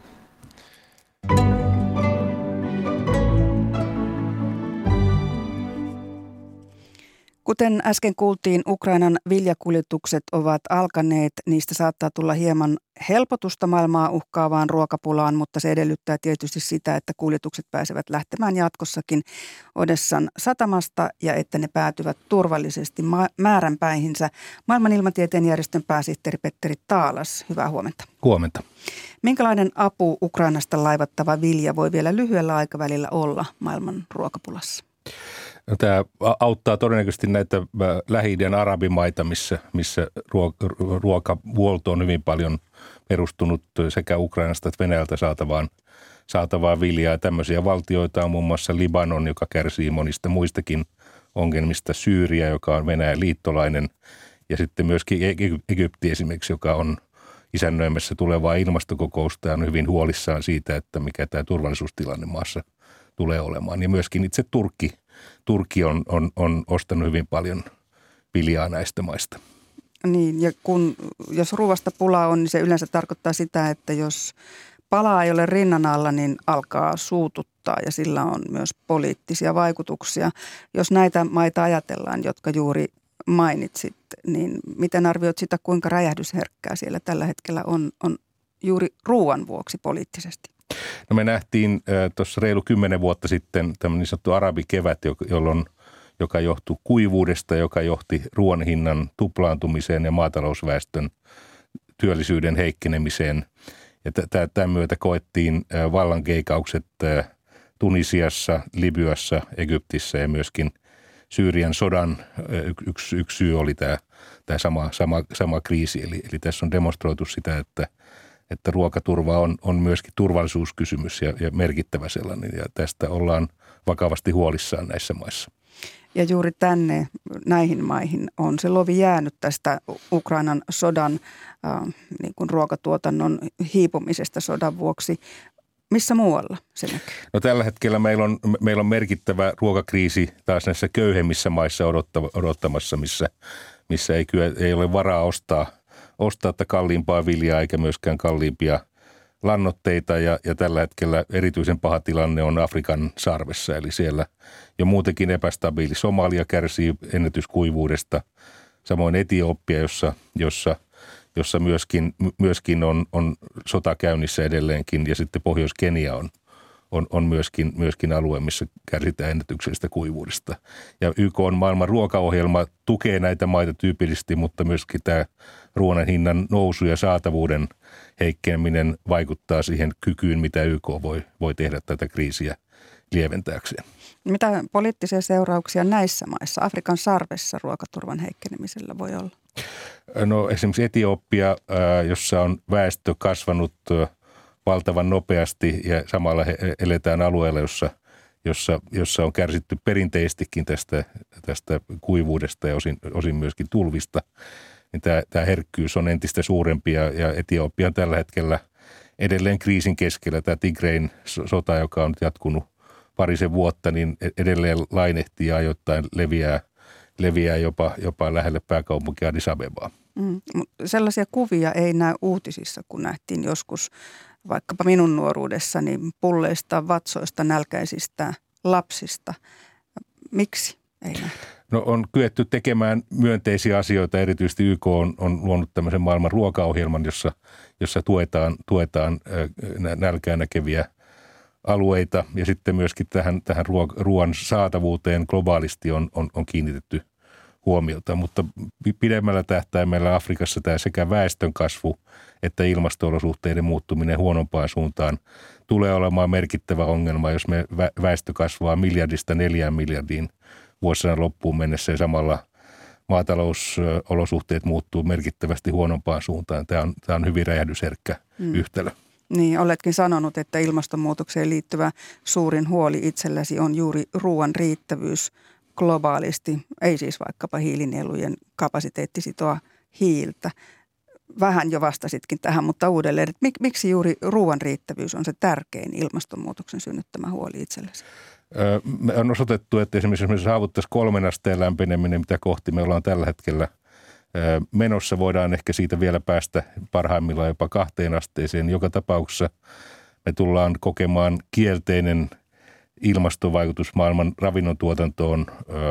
Kuten äsken kuultiin, Ukrainan viljakuljetukset ovat alkaneet. Niistä saattaa tulla hieman helpotusta maailmaa uhkaavaan ruokapulaan, mutta se edellyttää tietysti sitä, että kuljetukset pääsevät lähtemään jatkossakin Odessan satamasta ja että ne päätyvät turvallisesti ma- määränpäihinsä. Maailman ilmatieteen järjestön pääsihteeri Petteri Taalas, hyvää huomenta. Huomenta. Minkälainen apu Ukrainasta laivattava vilja voi vielä lyhyellä aikavälillä olla maailman ruokapulassa? No, tämä auttaa todennäköisesti näitä Lähi-idän arabimaita, missä, missä ruokahuolto on hyvin paljon perustunut sekä Ukrainasta että Venäjältä saatavaan, saatavaa viljaa. Tämmöisiä valtioita on muun muassa Libanon, joka kärsii monista muistakin ongelmista, Syyria, joka on Venäjän liittolainen, ja sitten myöskin Egypti esimerkiksi, joka on isännöimässä tulevaa ilmastokokousta ja on hyvin huolissaan siitä, että mikä tämä turvallisuustilanne maassa tulee olemaan. Ja myöskin itse Turkki. Turkki on, on, on ostanut hyvin paljon viljaa näistä maista. Niin, ja kun, jos ruoasta pulaa on, niin se yleensä tarkoittaa sitä, että jos palaa ei ole rinnan alla, niin alkaa suututtaa ja sillä on myös poliittisia vaikutuksia. Jos näitä maita ajatellaan, jotka juuri mainitsit, niin miten arvioit sitä, kuinka räjähdysherkkää siellä tällä hetkellä on, on juuri ruoan vuoksi poliittisesti? No me nähtiin äh, tuossa reilu kymmenen vuotta sitten tämmöinen niin sanottu arabikevät, jolloin, joka johtui kuivuudesta, joka johti ruoan hinnan tuplaantumiseen ja maatalousväestön työllisyyden heikkenemiseen. Ja t- tämän myötä koettiin äh, vallankeikaukset äh, Tunisiassa, Libyassa, Egyptissä ja myöskin Syyrian sodan äh, yksi, yksi syy oli tämä, tämä sama, sama, sama kriisi. Eli, eli tässä on demonstroitu sitä, että että ruokaturva on, on myöskin turvallisuuskysymys ja, ja merkittävä sellainen, ja tästä ollaan vakavasti huolissaan näissä maissa. Ja juuri tänne, näihin maihin on se lovi jäänyt tästä Ukrainan sodan äh, niin kuin ruokatuotannon hiipumisesta sodan vuoksi. Missä muualla se näkyy? No tällä hetkellä meillä on, meillä on merkittävä ruokakriisi taas näissä köyhemmissä maissa odottamassa, missä, missä ei, kyllä, ei ole varaa ostaa ostaa kalliimpaa viljaa eikä myöskään kalliimpia lannoitteita ja, ja tällä hetkellä erityisen paha tilanne on Afrikan sarvessa, eli siellä jo muutenkin epästabiili. Somalia kärsii ennätyskuivuudesta, samoin Etiopia, jossa, jossa, jossa myöskin, myöskin on, on sota käynnissä edelleenkin, ja sitten Pohjois-Kenia on, on, on myöskin, myöskin alue, missä kärsitään ennätyksellisestä kuivuudesta. Ja Y K:n maailman ruokaohjelma tukee näitä maita tyypillisesti, mutta myöskin tämä ruoan hinnan nousu ja saatavuuden heikkeneminen vaikuttaa siihen kykyyn, mitä Y K voi, voi tehdä tätä kriisiä lieventääkseen. Mitä poliittisia seurauksia näissä maissa, Afrikan sarvessa, ruokaturvan heikkenemisellä voi olla? No esimerkiksi Etiopia, jossa on väestö kasvanut valtavan nopeasti ja samalla he eletään alueella, jossa, jossa, jossa on kärsitty perinteisestikin tästä, tästä kuivuudesta ja osin, osin myöskin tulvista. Niin tämä, tämä herkkyys on entistä suurempi ja, ja Etiopia on tällä hetkellä edelleen kriisin keskellä. Tämä Tigrein sota, joka on nyt jatkunut parisen vuotta, niin edelleen lainehtii ja ajoittain leviää, leviää jopa, jopa lähelle pääkaupunkia Addis Abebaa. Mm, sellaisia kuvia ei näy uutisissa, kun nähtiin joskus vaikkapa minun nuoruudessani pulleista, vatsoista, nälkäisistä lapsista. Miksi ei nähdä? No on kyetty tekemään myönteisiä asioita, erityisesti Y K on, on luonut tämmöisen maailman ruokaohjelman, jossa, jossa tuetaan, tuetaan nälkää näkeviä alueita ja sitten myöskin tähän, tähän ruoan saatavuuteen globaalisti on, on, on kiinnitetty huomiota, mutta pidemmällä tähtäimellä Afrikassa tämä sekä väestön kasvu että ilmasto-olosuhteiden muuttuminen huonompaan suuntaan tulee olemaan merkittävä ongelma, jos me väestö kasvaa miljardista neljään miljardiin vuosina loppuun mennessä ja samalla maatalousolosuhteet muuttuu merkittävästi huonompaan suuntaan. Tämä on, tämä on hyvin räjähdysherkkä mm. yhtälö. Niin, oletkin sanonut, että ilmastonmuutokseen liittyvä suurin huoli itselläsi on juuri ruoan riittävyys globaalisti, ei siis vaikkapa hiilinielujen kapasiteetti sitoa hiiltä. Vähän jo vastasitkin tähän, mutta uudelleen, että mik, miksi juuri ruoan riittävyys on se tärkein ilmastonmuutoksen synnyttämä huoli itsellesi? Me on osoitettu, että esimerkiksi jos me saavuttaisiin kolmen asteen lämpeneminen, mitä kohti me ollaan tällä hetkellä menossa, voidaan ehkä siitä vielä päästä parhaimmillaan jopa kahteen asteeseen. Joka tapauksessa me tullaan kokemaan kielteinen ilmastovaikutus maailman ravinnontuotantoon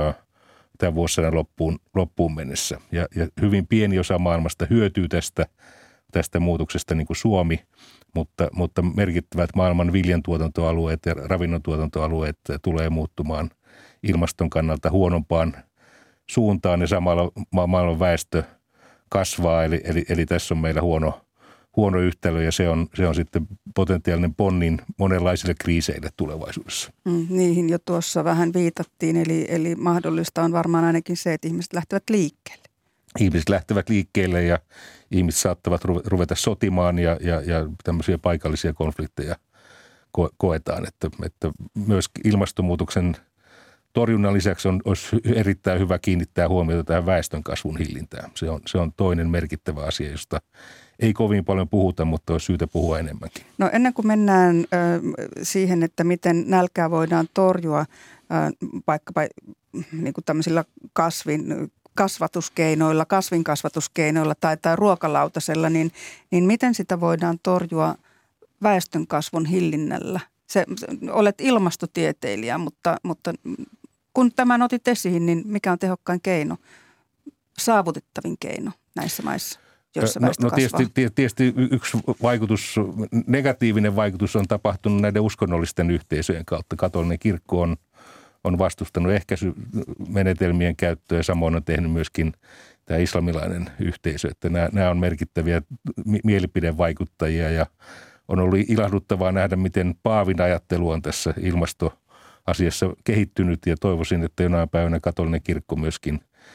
tämän vuosisadan loppuun, loppuun mennessä. Ja, ja hyvin pieni osa maailmasta hyötyy tästä, tästä muutoksesta niin kuin Suomi, mutta, mutta merkittävät maailman viljantuotantoalueet ja ravinnontuotantoalueet tulee muuttumaan ilmaston kannalta huonompaan suuntaan ja samalla maailman väestö kasvaa. Eli, eli, eli tässä on meillä huono, huono yhtälö ja se on, se on sitten potentiaalinen ponnin monenlaisille kriiseille tulevaisuudessa. Mm, niihin jo tuossa vähän viitattiin, eli, eli mahdollista on varmaan ainakin se, että ihmiset lähtevät liikkeelle. Ihmiset lähtevät liikkeelle ja ihmiset saattavat ruveta sotimaan ja, ja, ja tämmöisiä paikallisia konflikteja ko- koetaan. Että, että myös ilmastonmuutoksen torjunnan lisäksi on, olisi erittäin hyvä kiinnittää huomiota tähän väestönkasvun hillintään. Se on, se on toinen merkittävä asia, josta ei kovin paljon puhuta, mutta olisi syytä puhua enemmänkin. No ennen kuin mennään ö, siihen, että miten nälkää voidaan torjua ö, vaikkapa niin kuin tämmöisillä kasvin kasvatuskeinoilla, kasvinkasvatuskeinoilla tai, tai ruokalautasella, niin, niin miten sitä voidaan torjua väestönkasvun hillinnällä? Se, olet ilmastotieteilijä, mutta, mutta kun tämän otit esiin, niin mikä on tehokkain keino, saavutettavin keino näissä maissa, joissa väestö no, no kasvaa? tietysti, tietysti yksi vaikutus, negatiivinen vaikutus on tapahtunut näiden uskonnollisten yhteisöjen kautta. Katolinen kirkko on, on vastustanut ehkäisymenetelmien käyttöä ja samoin on tehnyt myöskin tämä islamilainen yhteisö. Että nämä, nämä on merkittäviä mielipidevaikuttajia ja on ollut ilahduttavaa nähdä, miten paavin ajattelu on tässä ilmastoasiassa kehittynyt ja toivoisin, että jonain päivänä katolinen kirkko myöskin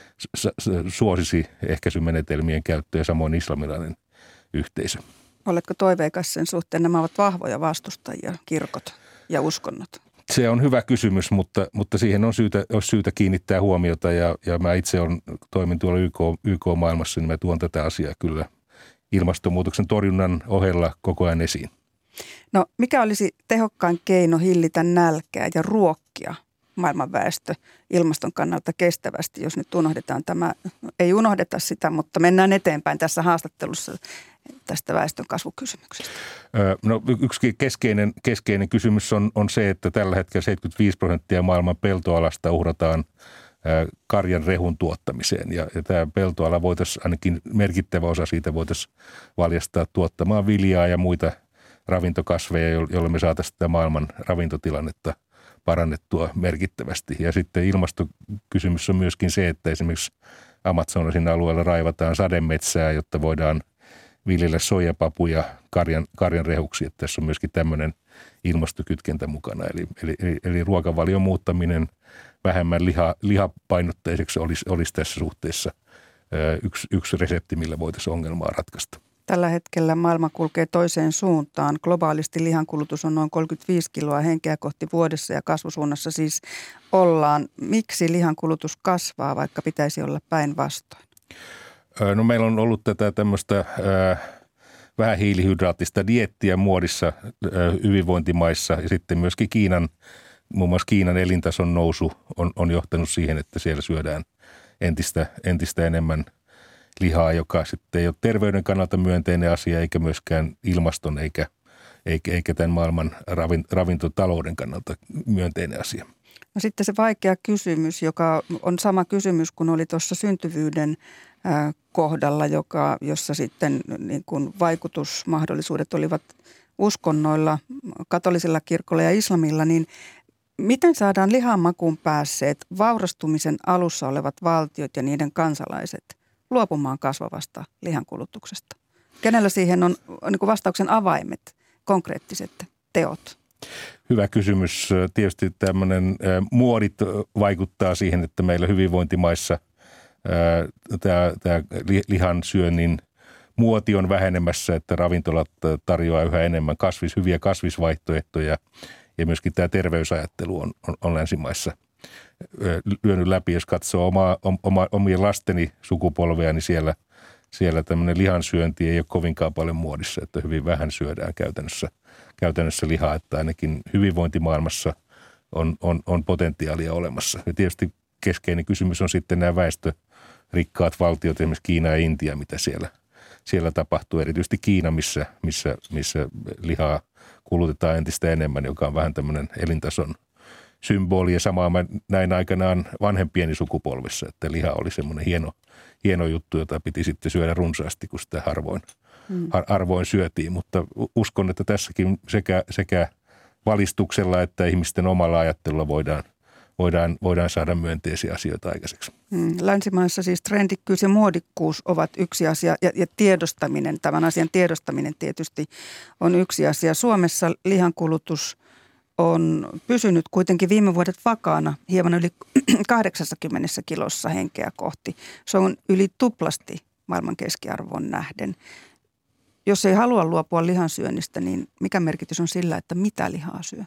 suosisi ehkäisymenetelmien käyttöä ja samoin islamilainen yhteisö. Oletko toiveikas sen suhteen? Nämä ovat vahvoja vastustajia, kirkot ja uskonnot. Se on hyvä kysymys, mutta, mutta siihen on syytä, olisi syytä kiinnittää huomiota ja, ja mä itse on, toimin tuolla Y K, Y K-maailmassa, niin mä tuon tätä asiaa kyllä ilmastonmuutoksen torjunnan ohella koko ajan esiin. No mikä olisi tehokkain keino hillitä nälkää ja ruokkia maailman väestö ilmaston kannalta kestävästi, jos nyt unohdetaan tämä, ei unohdeta sitä, mutta mennään eteenpäin tässä haastattelussa tästä väestön kasvukysymyksestä? No yksi keskeinen, keskeinen kysymys on, on se, että tällä hetkellä seitsemänkymmentäviisi prosenttia maailman peltoalasta uhrataan karjan rehun tuottamiseen. Ja, ja tämä peltoala voitaisiin, ainakin merkittävä osa siitä voitaisiin valjastaa tuottamaan viljaa ja muita ravintokasveja, joilla me saataisiin sitä maailman ravintotilannetta parannettua merkittävästi. Ja sitten ilmastokysymys on myöskin se, että esimerkiksi Amazonasin alueella raivataan sademetsää, jotta voidaan viljellä soijapapuja karjan, karjan rehuksi. Että tässä on myöskin tämmöinen ilmastokytkentä mukana. Eli, eli, eli ruokavalion muuttaminen vähemmän liha, lihapainotteiseksi olisi, olisi tässä suhteessa yksi, yksi resepti, millä voitaisiin ongelmaa ratkaista. Tällä hetkellä maailma kulkee toiseen suuntaan. Globaalisti lihankulutus on noin kolmekymmentäviisi kiloa henkeä kohti vuodessa ja kasvusuunnassa siis ollaan. Miksi lihankulutus kasvaa, vaikka pitäisi olla päinvastoin? No meillä on ollut tätä tämmöistä äh, vähän hiilihydraattista dieettiä muodissa äh, hyvinvointimaissa ja sitten myöskin Kiinan, muun muassa Kiinan elintason nousu on, on johtanut siihen, että siellä syödään entistä, entistä enemmän lihaa, joka sitten ei ole terveyden kannalta myönteinen asia eikä myöskään ilmaston eikä, eikä, eikä tämän maailman ravin, ravintotalouden kannalta myönteinen asia. No sitten se vaikea kysymys, joka on sama kysymys kuin oli tuossa syntyvyyden kohdalla, joka, jossa sitten niin kuin vaikutusmahdollisuudet olivat uskonnoilla, katolisella kirkolla ja islamilla, niin miten saadaan lihan makuun päässeet vaurastumisen alussa olevat valtiot ja niiden kansalaiset luopumaan kasvavasta lihankulutuksesta? Kenellä siihen on, on niin kuin vastauksen avaimet, konkreettiset teot? Hyvä kysymys. Tietysti tämmöinen muodit vaikuttaa siihen, että meillä hyvinvointimaissa tämä, tämä lihan syönnin muoti on vähenemässä, että ravintolat tarjoaa yhä enemmän kasvis, hyviä kasvisvaihtoehtoja ja myöskin tämä terveysajattelu on, on, on länsimaissa lyönyt läpi. Jos katsoo oma, oma, omien lasteni sukupolvea, niin siellä, siellä tämmöinen lihansyönti ei ole kovinkaan paljon muodissa, että hyvin vähän syödään käytännössä, käytännössä lihaa, että ainakin hyvinvointimaailmassa on, on, on potentiaalia olemassa. Ja tietysti keskeinen kysymys on sitten nämä väestörikkaat valtiot, esimerkiksi Kiina ja Intia, mitä siellä, siellä tapahtuu. Erityisesti Kiina, missä, missä, missä lihaa kulutetaan entistä enemmän, joka on vähän tämmöinen elintason symboli. Ja samaa mä näin aikanaan vanhempieni sukupolvissa, että liha oli semmoinen hieno, hieno juttu, jota piti sitten syödä runsaasti, kun sitä harvoin, mm. har, harvoin syötiin. Mutta uskon, että tässäkin sekä, sekä valistuksella että ihmisten omalla ajattelulla voidaan Voidaan, voidaan saada myönteisiä asioita aikaiseksi. Länsimaissa siis trendikkyys ja muodikkuus ovat yksi asia ja, ja tiedostaminen, tämän asian tiedostaminen tietysti on yksi asia. Suomessa lihankulutus on pysynyt kuitenkin viime vuodet vakaana hieman yli kahdeksankymmentä kilossa henkeä kohti. Se on yli tuplasti maailman keskiarvon nähden. Jos ei halua luopua lihansyönnistä, niin mikä merkitys on sillä, että mitä lihaa syö?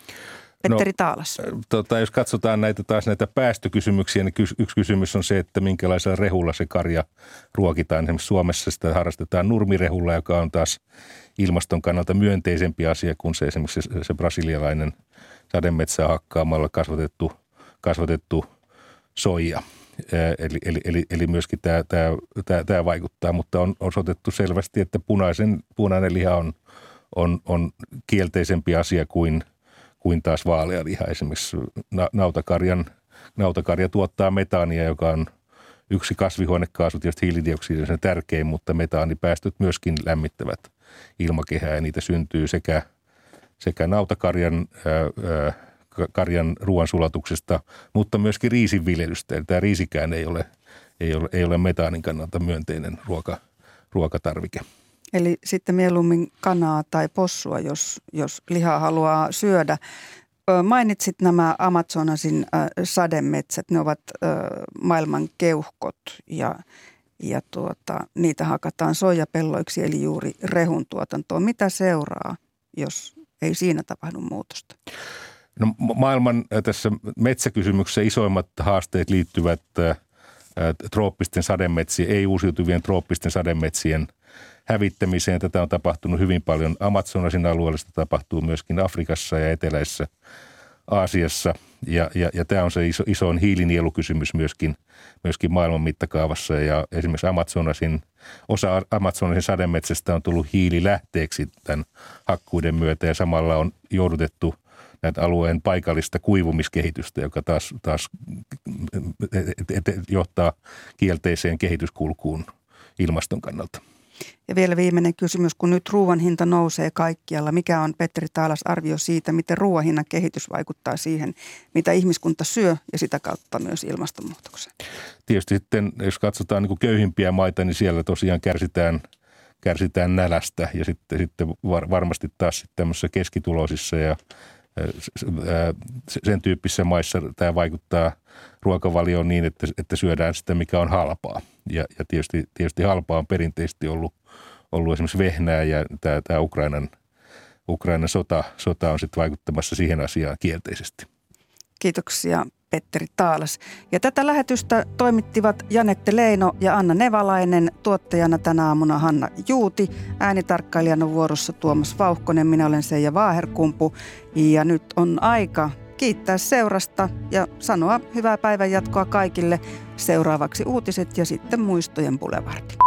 Petteri Taalas. No, tota, jos katsotaan näitä taas näitä päästökysymyksiä, niin yksi kysymys on se, että minkälaisella rehulla se karja ruokitaan. Esimerkiksi Suomessa sitä harrastetaan nurmirehulla, joka on taas ilmaston kannalta myönteisempi asia kuin se esimerkiksi se, se brasilialainen sademetsää hakkaamalla kasvatettu, kasvatettu soija. Eli, eli, eli, eli myöskin tämä, tämä, tämä, tämä vaikuttaa, mutta on osoitettu selvästi, että punaisen, punainen liha on, on, on kielteisempi asia kuin kuin taas vaalea liha. Esimerkiksi nautakarjan, nautakarja tuottaa metaania, joka on yksi kasvihuonekaasu, tietysti hiilidioksidi on sen tärkein, mutta metaanipäästöt myöskin lämmittävät ilmakehää ja niitä syntyy sekä, sekä nautakarjan ää, karjan ruoansulatuksesta, mutta myöskin riisinviljelystä. Eli tämä riisikään ei ole, ei ole, ei ole metaanin kannalta myönteinen ruoka, ruokatarvike. Eli sitten mieluummin kanaa tai possua, jos, jos lihaa haluaa syödä. Mainitsit nämä Amazonasin sademetsät, ne ovat maailman keuhkot ja, ja tuota, niitä hakataan soijapelloiksi eli juuri rehun tuotantoon. Mitä seuraa, jos ei siinä tapahdu muutosta? No, maailman tässä metsäkysymyksessä isoimmat haasteet liittyvät trooppisten sademetsien, ei uusiutuvien trooppisten sademetsien hävittämiseen. Tätä on tapahtunut hyvin paljon Amazonasin alueella, sitä tapahtuu myöskin Afrikassa ja eteläisessä Aasiassa. Ja, ja, ja tämä on se iso, isoin hiilinielukysymys myöskin, myöskin maailman mittakaavassa. Ja esimerkiksi Amazonasin, osa Amazonasin sademetsästä on tullut hiililähteeksi tämän hakkuiden myötä ja samalla on joudutettu näitä alueen paikallista kuivumiskehitystä, joka taas, taas johtaa kielteiseen kehityskulkuun ilmaston kannalta. Ja vielä viimeinen kysymys, kun nyt ruoan hinta nousee kaikkialla. Mikä on Petteri Taalas arvio siitä, miten ruoan hinnan kehitys vaikuttaa siihen, mitä ihmiskunta syö ja sitä kautta myös ilmastonmuutokseen? Tietysti sitten, jos katsotaan niin kuin köyhimpiä maita, niin siellä tosiaan kärsitään, kärsitään nälästä ja sitten, sitten var, varmasti taas sitten tämmöisissä keskituloisissa ja sen tyyppisissä maissa tämä vaikuttaa ruokavalioon niin, että, että syödään sitä, mikä on halpaa. Ja, ja tietysti, tietysti halpaa on perinteisesti ollut, ollut esimerkiksi vehnää ja tämä, tämä Ukrainan, Ukrainan sota, sota on sitten vaikuttamassa siihen asiaan kielteisesti. Kiitoksia Petteri Taalas. Ja tätä lähetystä toimittivat Janette Leino ja Anna Nevalainen, tuottajana tänä aamuna Hanna Juuti, äänitarkkailijana vuorossa Tuomas Vauhkonen, minä olen Seija Vaaherkumpu ja nyt on aika kiittää seurasta ja sanoa hyvää päivänjatkoa kaikille. Seuraavaksi uutiset ja sitten muistojen bulevardi.